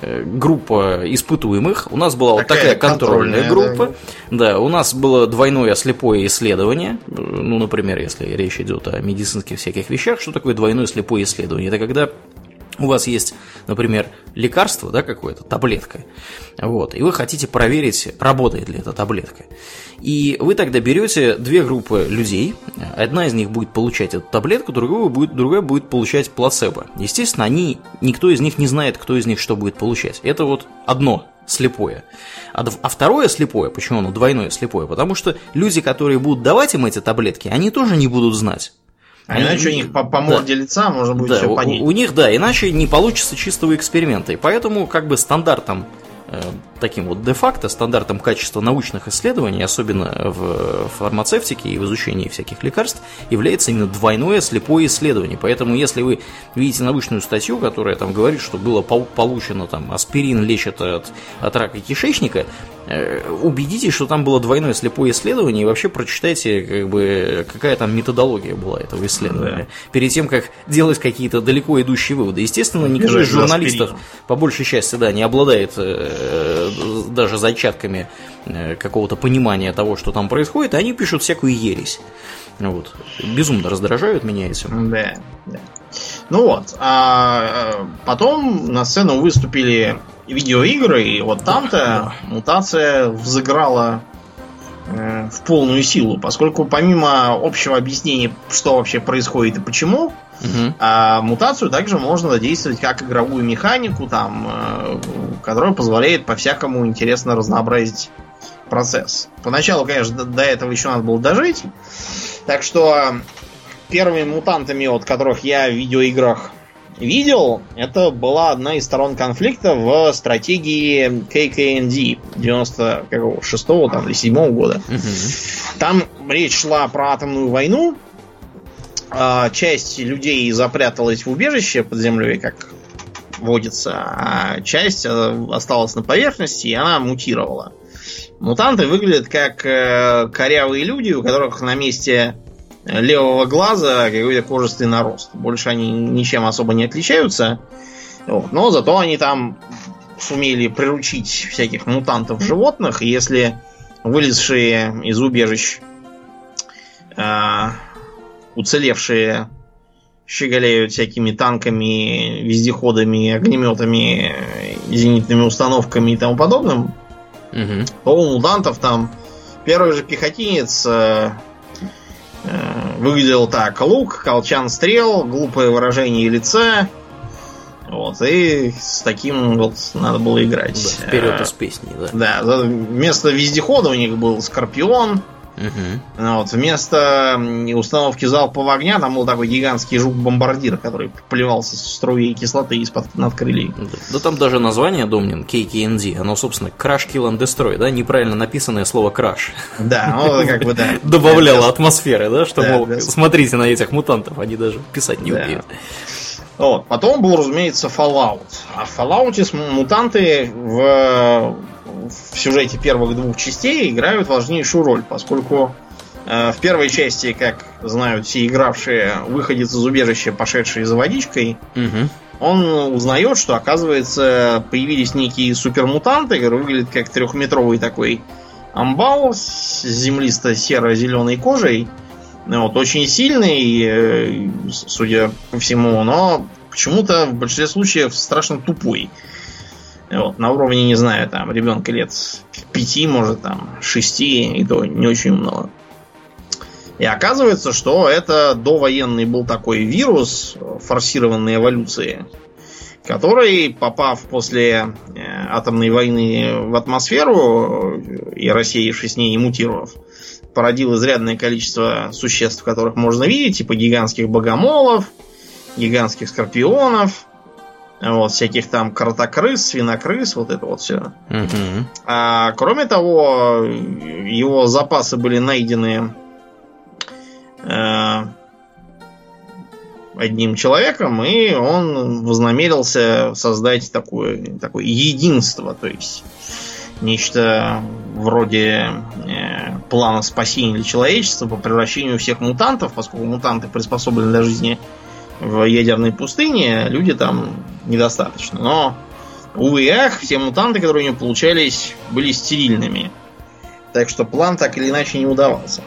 группа испытуемых, у нас была вот такая контрольная группа, да, у нас было двойное слепое исследование, ну, например, если речь идет о медицинских всяких вещах, что такое двойное слепое исследование? Это когда у вас есть, например, лекарство, да, какое-то, таблетка, вот, и вы хотите проверить, работает ли эта таблетка. И вы тогда берете две группы людей, одна из них будет получать эту таблетку, другая будет получать плацебо. Естественно, никто из них не знает, кто из них что будет получать. Это вот одно слепое. А второе слепое, почему оно двойное слепое? Потому что люди, которые будут давать им эти таблетки, они тоже не будут знать. Иначе у них по морде лица можно будет все понять. У них, да, иначе не получится чистого эксперимента. И поэтому как бы стандартом, таким вот де-факто, стандартом качества научных исследований, особенно в фармацевтике и в изучении всяких лекарств, является именно двойное слепое исследование. Поэтому если вы видите научную статью, которая там говорит, что было получено там аспирин лечит от рака кишечника, убедитесь, что там было двойное слепое исследование, и вообще прочитайте, как бы, какая там методология была этого исследования, перед тем, как делать какие-то далеко идущие выводы. Естественно, никто из журналистов, по большей части, да, не обладает даже зачатками какого-то понимания того, что там происходит, и они пишут всякую ересь. Вот. Безумно раздражают меня этим. Да. Ну вот, а потом на сцену выступили видеоигры, и вот там-то мутация взыграла в полную силу, поскольку помимо общего объяснения, что вообще происходит и почему, мутацию также можно задействовать как игровую механику, там, которая позволяет по-всякому интересно разнообразить процесс. Поначалу, конечно, до этого еще надо было дожить, так что первыми мутантами, от которых я в видеоиграх видел, это была одна из сторон конфликта в стратегии KKND 96-го там, или 7-го года. Там речь шла про атомную войну. Часть людей запряталась в убежище под землей, как водится, а часть осталась на поверхности, и она мутировала. Мутанты выглядят как корявые люди, у которых на месте левого глаза какой-то кожистый нарост. Больше они ничем особо не отличаются. Вот. Но зато они там сумели приручить всяких мутантов животных. И если вылезшие из убежищ уцелевшие щеголяют всякими танками, вездеходами, огнеметами, зенитными установками и тому подобным, то у мутантов там первый же пехотинец выглядел так: лук, колчан стрел, глупое выражение лица. Вот, и с таким вот надо было играть. Да, вперед из песни, да. Да, вместо вездехода у них был Скорпион. Вот, вместо установки залпового огня там был такой гигантский жук-бомбардир, который плевался струей кислоты из-под надкрыльей. Да там даже название, Домнин, KKND, оно, собственно, Crash, Kill and Destroy, да, неправильно написанное слово Crash. Да, ну, как бы, да. Добавляло атмосферы, да, что, мол, смотрите на этих мутантов, они даже писать не умеют. Вот. Потом был, разумеется, Fallout. А в Fallout мутанты в сюжете первых двух частей играют важнейшую роль, поскольку в первой части, как знают все игравшие, выходец из убежища, пошедший за водичкой, он узнает, что, оказывается, появились некие супермутанты, которые выглядят как трехметровый такой амбал с землисто-серо-зеленой кожей. Вот, очень сильный, судя по всему, но почему-то в большинстве случаев страшно тупой. Вот, на уровне, не знаю, там, ребенка лет 5, может, там, 6, и то не очень много. И оказывается, что это довоенный был такой вирус форсированной эволюции, который, попав после атомной войны в атмосферу и рассеявшись с ней и мутировав, породил изрядное количество существ, которых можно видеть, типа гигантских богомолов, гигантских скорпионов, вот, всяких там кротокрыс, свинокрыс, вот это вот все. А кроме того, его запасы были найдены одним человеком, и он вознамерился создать такое единство, то есть нечто вроде плана спасения для человечества по превращению всех мутантов, поскольку мутанты приспособлены для жизни в ядерной пустыне, люди там недостаточно. Но, увы и ах, все мутанты, которые у него получались, были стерильными. Так что план так или иначе не удавался.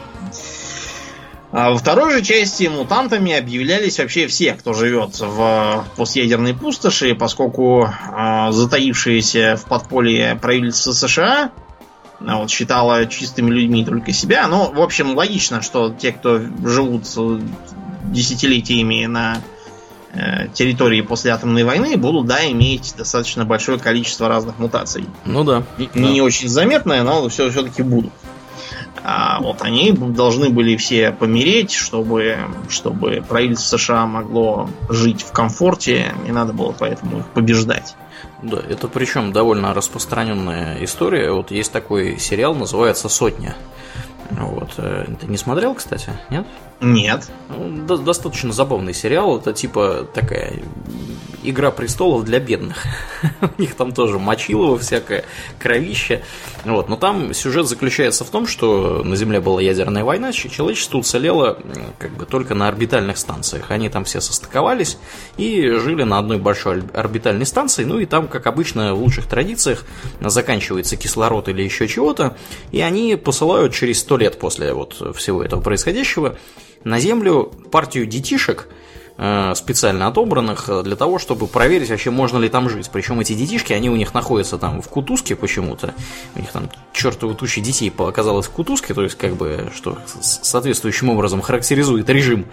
А во второй же части мутантами объявлялись вообще все, кто живет в постъядерной пустоши, поскольку затаившееся в подполье правительство США вот, считало чистыми людьми только себя. Ну, в общем, логично, что те, кто живут десятилетиями на территории после атомной войны, будут, да, иметь достаточно большое количество разных мутаций. Ну да. Не очень заметное, но все-таки будут. А вот они должны были все помереть, чтобы правительство США могло жить в комфорте, не надо было поэтому их побеждать. Да, это причем довольно распространенная история. Вот есть такой сериал, называется «Сотня». Вот. Ты не смотрел, кстати? Нет? Нет. Достаточно забавный сериал. Это типа такая Игра престолов для бедных. У них там тоже мочилово всякое, кровище. Вот. Но там сюжет заключается в том, что на Земле была ядерная война, человечество уцелело как бы только на орбитальных станциях. Они там все состыковались и жили на одной большой орбитальной станции. Ну и там, как обычно, в лучших традициях заканчивается кислород или еще чего-то. И они посылают через 100 лет после вот всего этого происходящего на Землю партию детишек, специально отобранных для того, чтобы проверить, вообще можно ли там жить. Причем эти детишки, они у них находятся там в кутузке почему-то. У них там чертовы тучи детей оказалось в кутузке, то есть как бы, что соответствующим образом характеризует режим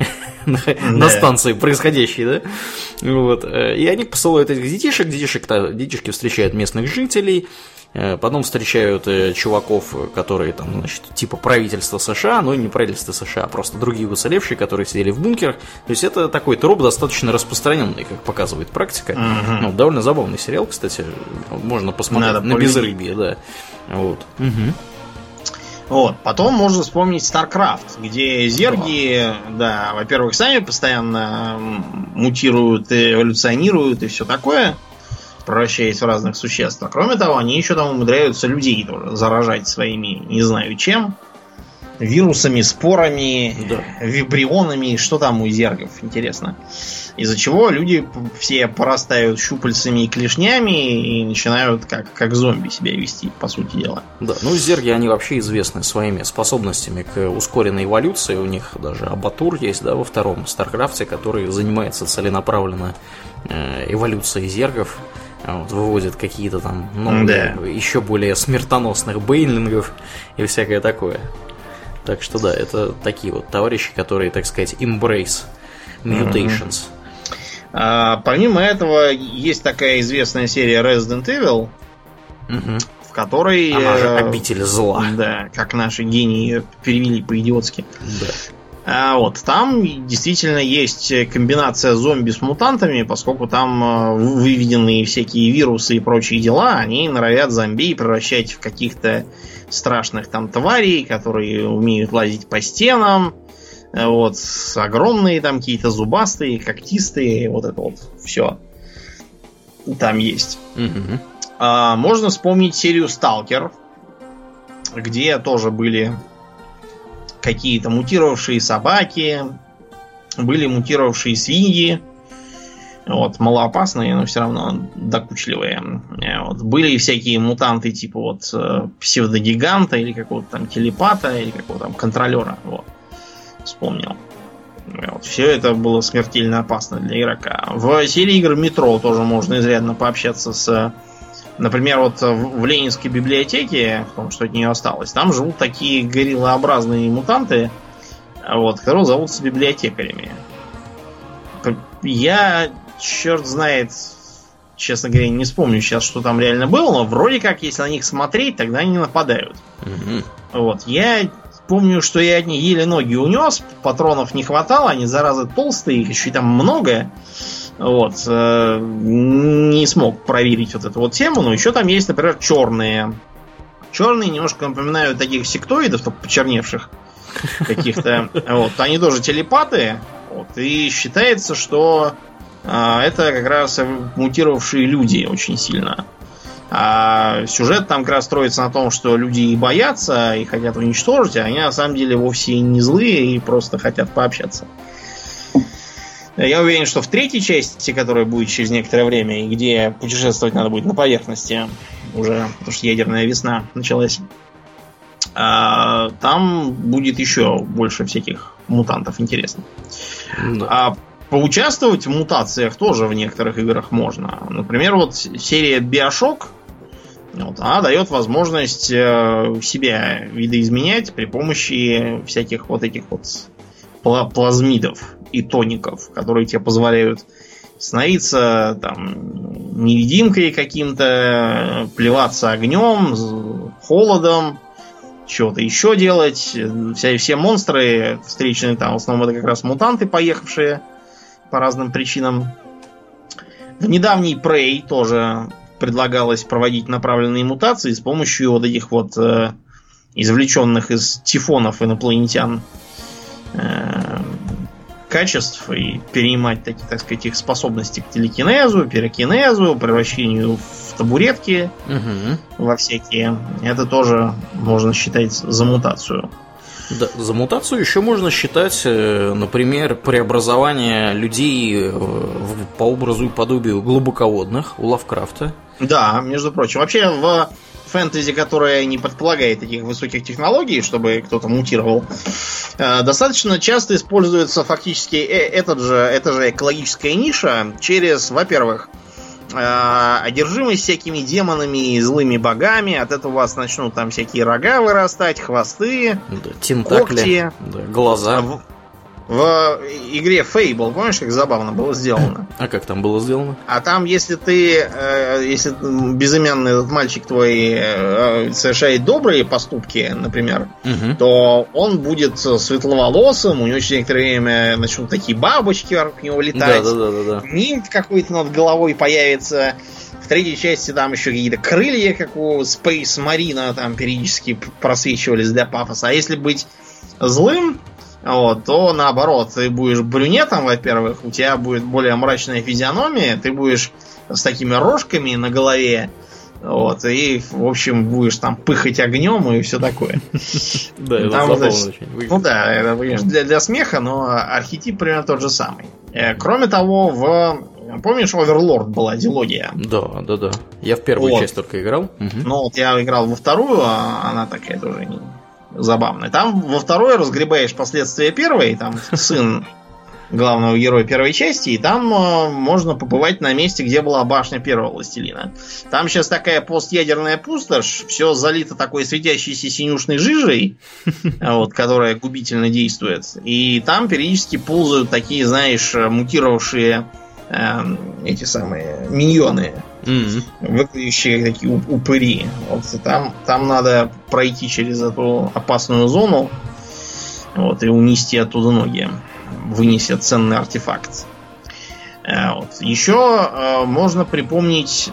на станции происходящий, да? Вот. И они посылают этих детишек, детишки встречают местных жителей, потом встречают чуваков, которые там, значит, типа правительства США, но не правительство США, а просто другие уцелевшие, которые сидели в бункерах. То есть это такой троп достаточно распространенный, как показывает практика. Ну, довольно забавный сериал, кстати, можно посмотреть на безрыбье, да. Вот. Вот. Потом можно вспомнить StarCraft, где зерги, да, во-первых, сами постоянно мутируют, эволюционируют и все такое, превращаясь в разных существ. А кроме того, они еще там умудряются людей тоже заражать своими, не знаю чем, вирусами, спорами, вибрионами, что там у зергов, интересно. Из-за чего люди все порастают щупальцами и клешнями и начинают как зомби себя вести, по сути дела. Да, ну зерги, они вообще известны своими способностями к ускоренной эволюции. У них даже абатур есть, да, во втором Старкрафте, который занимается целенаправленно эволюцией зергов. Вот, выводит какие-то там новые, еще более смертоносных бейнлингов и всякое такое. Так что да, это такие вот товарищи, которые, так сказать, embrace mutations. Помимо этого, есть такая известная серия Resident Evil, в которой... Она же обитель зла. Да, как наши гении ее перевели по-идиотски. Да. Вот, там действительно есть комбинация зомби с мутантами, поскольку там выведены всякие вирусы и прочие дела, они норовят зомби превращать в каких-то страшных там тварей, которые умеют лазить по стенам, вот, огромные там какие-то зубастые, когтистые, вот это вот все там есть. Можно вспомнить серию Stalker, где тоже были какие-то мутировавшие собаки, были мутировавшие свиньи, вот, малоопасные, но все равно докучливые. Вот. Были всякие мутанты типа вот псевдогиганта или какого-то там телепата или какого-то там контролера. Вот. Вспомнил. Вот. Все это было смертельно опасно для игрока. В серии игр Метро тоже можно изрядно пообщаться с Например, вот в Ленинской библиотеке, потому что от нее осталось, там живут такие гориллообразные мутанты, вот, которые зовутся библиотекарями. Я, черт знает, честно говоря, не вспомню сейчас, что там реально было, но вроде как, если на них смотреть, тогда они нападают. Вот. Я помню, что я от них еле ноги унес, патронов не хватало, они, заразы, толстые, их еще и там много. Вот. Не смог проверить вот эту вот тему, но еще там есть, например, черные. Черные немножко напоминают таких сектоидов, только почерневших каких-то. Вот. Они тоже телепаты. Вот. И считается, что это как раз мутировавшие люди очень сильно. А сюжет там как раз строится на том, что люди и боятся, и хотят уничтожить, а они на самом деле вовсе не злые и просто хотят пообщаться. Я уверен, что в третьей части, которая будет через некоторое время, и где путешествовать надо будет на поверхности, уже, потому что ядерная весна началась, там будет еще больше всяких мутантов интересных. Да. А поучаствовать в мутациях тоже в некоторых играх можно. Например, вот серия Bioshock, вот, она дает возможность себя видоизменять при помощи всяких вот этих вот плазмидов и тоников, которые тебе позволяют становиться там невидимкой каким-то, плеваться огнем, холодом, чего-то еще делать. Все монстры встреченные там, в основном это как раз мутанты, поехавшие по разным причинам. В недавней Prey тоже предлагалось проводить направленные мутации с помощью вот этих вот извлеченных из тифонов инопланетян качеств и перенимать такие, так сказать, их способности к телекинезу, пирокинезу, превращению в табуретки во всякие. Это тоже можно считать за мутацию. Да, за мутацию еще можно считать, например, преобразование людей по образу и подобию глубоководных у Лавкрафта. Да, между прочим. Вообще в фэнтези, которое не предполагает таких высоких технологий, чтобы кто-то мутировал, достаточно часто используется фактически эта же экологическая ниша через, во-первых, одержимость всякими демонами и злыми богами. От этого у вас начнут там всякие рога вырастать, хвосты, да, тентакли, когти, да, глаза. В игре Fable, помнишь, как забавно было сделано? А как там было сделано? А там, если безымянный этот мальчик твой совершает добрые поступки, например, то он будет светловолосым, у него через некоторое время начнут такие бабочки вокруг него летать, да. нимб какой-то над головой появится. В третьей части там еще какие-то крылья, как у Space Marine, там периодически просвечивались для пафоса. А если быть злым, вот, то наоборот, ты будешь брюнетом, во-первых, у тебя будет более мрачная физиономия, ты будешь с такими рожками на голове, вот, и, в общем, будешь там пыхать огнем и все такое. Да, это забавно очень. Ну да, это, конечно, для смеха, но архетип примерно тот же самый. Кроме того, помнишь, Overlord была дилогия? Да. Я в первую часть только играл. Ну, вот я играл во вторую, а она такая тоже забавная. Там во второй разгребаешь последствия первой, там сын главного героя первой части, и там можно побывать на месте, где была башня первого властелина. Там сейчас такая постядерная пустошь, все залито такой светящейся синюшной жижей, вот, которая губительно действует. И там периодически ползают такие, знаешь, мутировавшие эти самые миньоны, выглядящие такие упыри. Вот, там надо пройти через эту опасную зону, вот, и унести оттуда ноги, вынеся ценный артефакт. Вот. Еще можно припомнить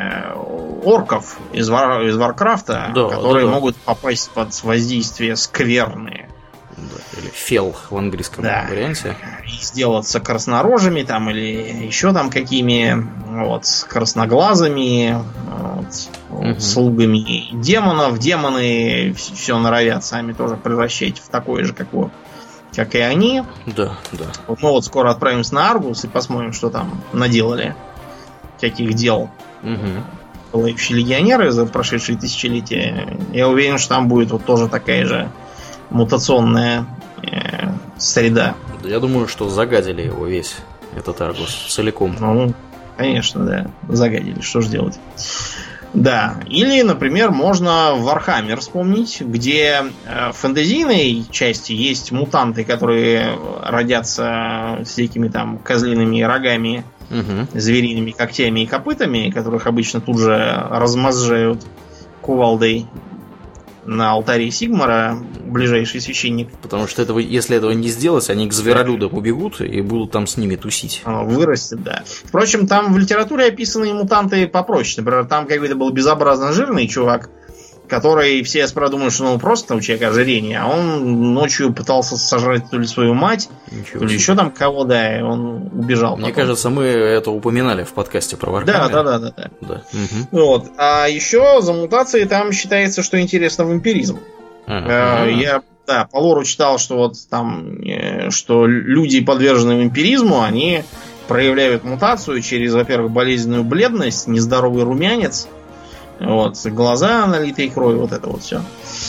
орков из Варкрафта, которые могут попасть под воздействие скверны. Или фел в английском варианте. И сделаться краснорожими там, или еще там какими, вот, красноглазыми, вот, слугами демонов. Демоны все норовят сами тоже превращать в такое же, как и они. Да. Вот мы вот скоро отправимся на Аргус и посмотрим, что там наделали. Каких дел. Пылающие легионеры за прошедшие тысячелетия. Я уверен, что там будет вот тоже такая же мутационная среда. Да, я думаю, что загадили его весь этот Аргус целиком. Ну, конечно, да. Загадили. Что ж делать? Да, или, например, можно Warhammer вспомнить, где в фэнтезийной части есть мутанты, которые родятся всякими там козлиными рогами, звериными когтями и копытами, которых обычно тут же размозжают кувалдой на алтаре Сигмара ближайший священник. Потому что если этого не сделать, они к зверолюдам убегут и будут там с ними тусить. Оно вырастет, да. Впрочем, там в литературе описаны мутанты попроще. Например, там какой-то был безобразно жирный чувак, который все сперва думают, что он просто у человека ожирение, а он ночью пытался сожрать то ли свою мать, то ли еще там кого, да, и он убежал. Мне кажется, мы это упоминали в подкасте про Warhammer. Да. Вот. А еще за мутации там считается, что интересно вампиризм. Я по лору читал, что вот там, что люди, подверженные вампиризму, они проявляют мутацию через, во-первых, болезненную бледность, нездоровый румянец, вот, глаза налитые кровью, вот это вот все.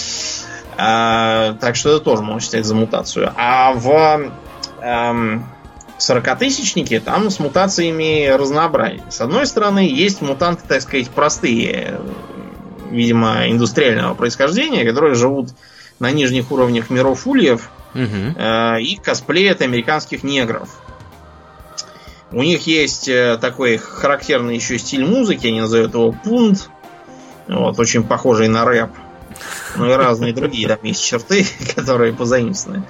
Так что это тоже можно считать за мутацию. А в 40-тысячнике там с мутациями разнообразие. С одной стороны, есть мутанты, так сказать, простые, видимо, индустриального происхождения, которые живут на нижних уровнях миров ульев и косплеят американских негров. У них есть такой характерный еще стиль музыки, они называют его пунт. Вот, очень похожий на рэп. Ну и разные другие там есть черты, которые позаимствованы.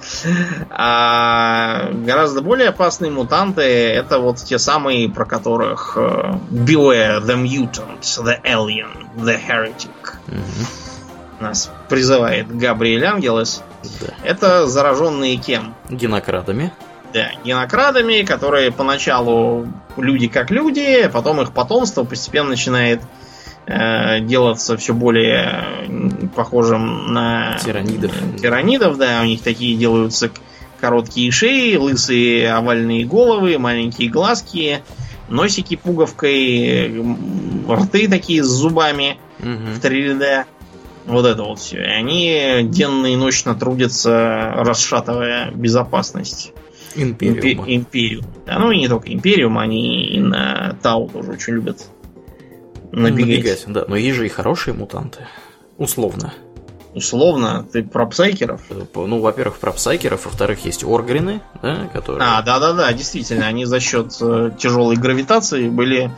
А гораздо более опасные мутанты — это вот те самые, про которых Beware the Mutant, the Alien, the Heretic. Нас призывает Габриэль Ангелес. Да. Это зараженные кем? Генокрадами. Да, генокрадами, которые поначалу люди как люди, потом их потомство постепенно начинает делаться все более похожим на тиранидов, да, у них такие делаются короткие шеи, лысые овальные головы, маленькие глазки, носики пуговкой, рты такие с зубами в 3 ряда. Вот это вот все. И они денно и ночно трудятся, расшатывая безопасность Империум. Да, ну и не только Империум, они и на Тау тоже очень любят набегать. Да, но есть же и хорошие мутанты. Условно. Условно? Ты про псайкеров? Ну, во-первых, про псайкеров, во-вторых, есть оргрины, да, которые... Да, действительно, они за счет тяжелой гравитации были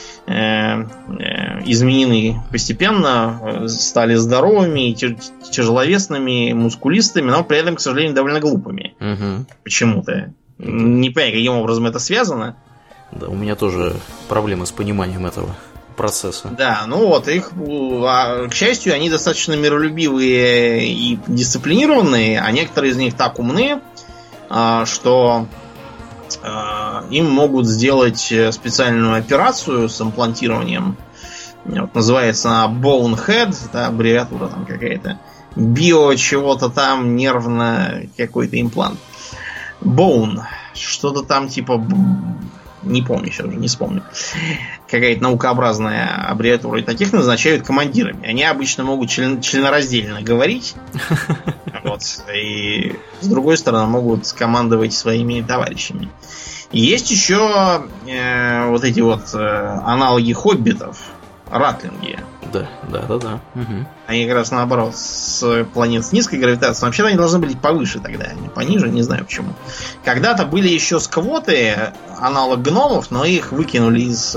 изменены постепенно, стали здоровыми, тяжеловесными, мускулистыми, но при этом, к сожалению, довольно глупыми. Почему-то. Не понимаю, каким образом это связано. Да, у меня тоже проблемы с пониманием этого процесса. Да, ну вот, их, к счастью, они достаточно миролюбивые и дисциплинированные, а некоторые из них так умны, что им могут сделать специальную операцию с имплантированием. Вот, называется она Bonehead, это аббревиатура там какая-то. Био чего-то там, нервно какой-то имплант. Bone. Что-то там типа... Не помню сейчас уже, не вспомню. Какая-то наукообразная аббревиатура. И таких назначают командирами. Они обычно могут членораздельно говорить. Вот. И с другой стороны могут командовать своими товарищами. Есть еще вот эти вот аналоги хоббитов. Ратлинги. Да. Угу. Они как раз наоборот с планет с низкой гравитацией. Вообще-то они должны быть повыше тогда, они пониже, не знаю почему. Когда-то были еще сквоты, аналог гномов, но их выкинули из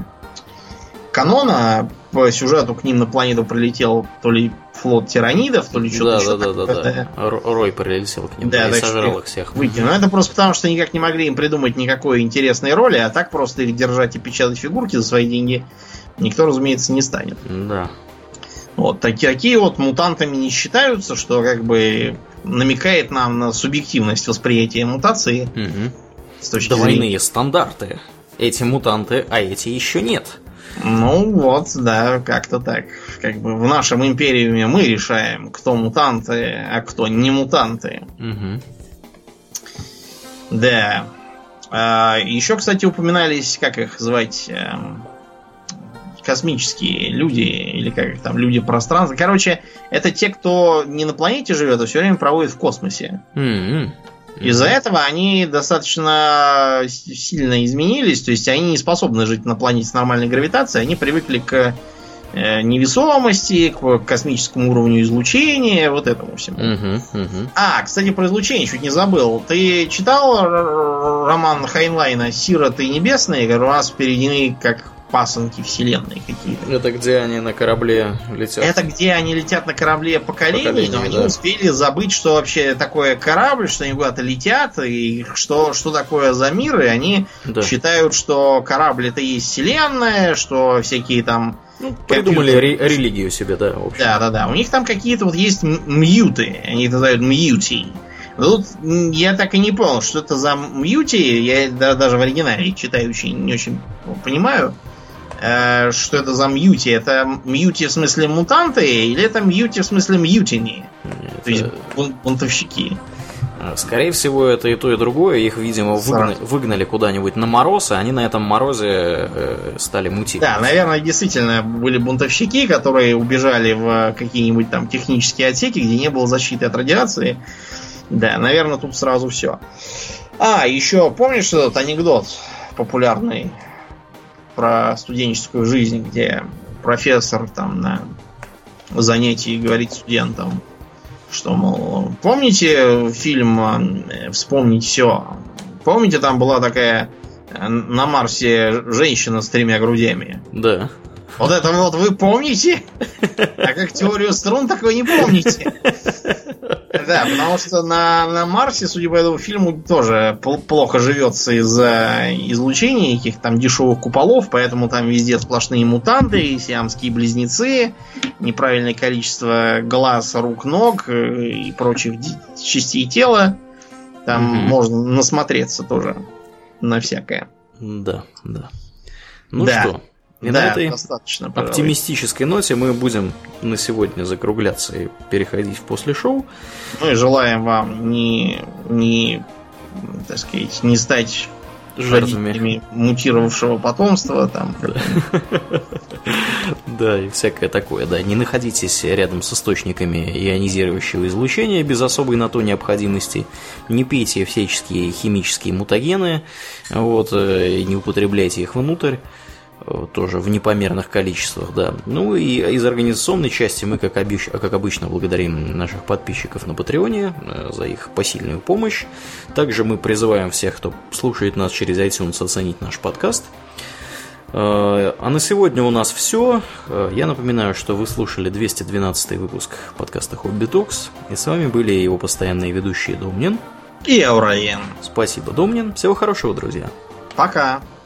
канона. По сюжету к ним на планету прилетел то ли флот тиранидов, то ли что-то еще. Да. Рой прилетел к ним, да, и сожрал их всех. Выкинул. Это просто потому, что никак не могли им придумать никакой интересной роли, а так просто их держать и печатать фигурки за свои деньги никто, разумеется, не станет. Да. Вот такие вот мутантами не считаются, что как бы намекает нам на субъективность восприятия мутации. Угу. Двойные стандарты. Эти мутанты, а эти еще нет. Ну вот, да, как-то так. Как бы в нашем империуме мы решаем, кто мутанты, а кто не мутанты. Угу. Да. Еще, кстати, упоминались, как их звать... космические люди, или как их там, люди пространства. Короче, это те, кто не на планете живет, а все время проводит в космосе. Из-за этого они достаточно сильно изменились, то есть они не способны жить на планете с нормальной гравитацией, они привыкли к невесомости, к космическому уровню излучения, вот этому всему. Кстати, про излучение чуть не забыл. Ты читал роман Хайнлайна «Сироты небесные», которые у нас переведены как пасынки вселенной какие-то? Это где они на корабле летят? Это где они летят на корабле поколений, но они успели забыть, что вообще такое корабль, что они куда-то летят, и что такое за мир, и они считают, что корабль это и есть вселенная, что всякие там... придумали религию себе, да, в общем. Да. У них там какие-то вот есть мьюты, они это называют мьюти. Тут я так и не понял, что это за мьюти, я даже в оригинале читающий не очень понимаю, что это за мьюти. Это мьюти в смысле мутанты, или это мьюти в смысле мьютини? То есть бунтовщики. Скорее всего, это и то, и другое. Их, видимо, выгнали куда-нибудь на мороз, и они на этом морозе стали мутировать. Да, наверное, действительно были бунтовщики, которые убежали в какие-нибудь там технические отсеки, где не было защиты от радиации. Да, наверное, тут сразу все. Еще помнишь этот анекдот популярный про студенческую жизнь, где профессор там на занятии говорит студентам, что, мол, помните фильм «Вспомнить все»? Помните, там была такая на Марсе женщина с 3 грудями? Да. Вот это вот вы помните? А как теорию струн, так вы не помните. Да, потому что на Марсе, судя по этому фильму, тоже плохо живется из-за излучения каких-то там дешевых куполов, поэтому там везде сплошные мутанты, сиамские близнецы, неправильное количество глаз, рук, ног и прочих частей тела. Там можно насмотреться тоже на всякое. Да. Что? И на этой оптимистической ноте мы будем на сегодня закругляться и переходить в после шоу. Ну и желаем вам не стать жертвами мутировавшего потомства там. Да, и всякое такое, да. Не находитесь рядом с источниками ионизирующего излучения без особой на то необходимости. Не пейте всяческие химические мутагены, и не употребляйте их внутрь. Тоже в непомерных количествах, да. Ну и из организационной части мы, как обычно, благодарим наших подписчиков на Патреоне за их посильную помощь. Также мы призываем всех, кто слушает нас через iTunes, оценить наш подкаст. А на сегодня у нас все. Я напоминаю, что вы слушали 212 выпуск подкаста Хобби Токс, и с вами были его постоянные ведущие Домнин и Аураен. Спасибо, Домнин. Всего хорошего, друзья. Пока.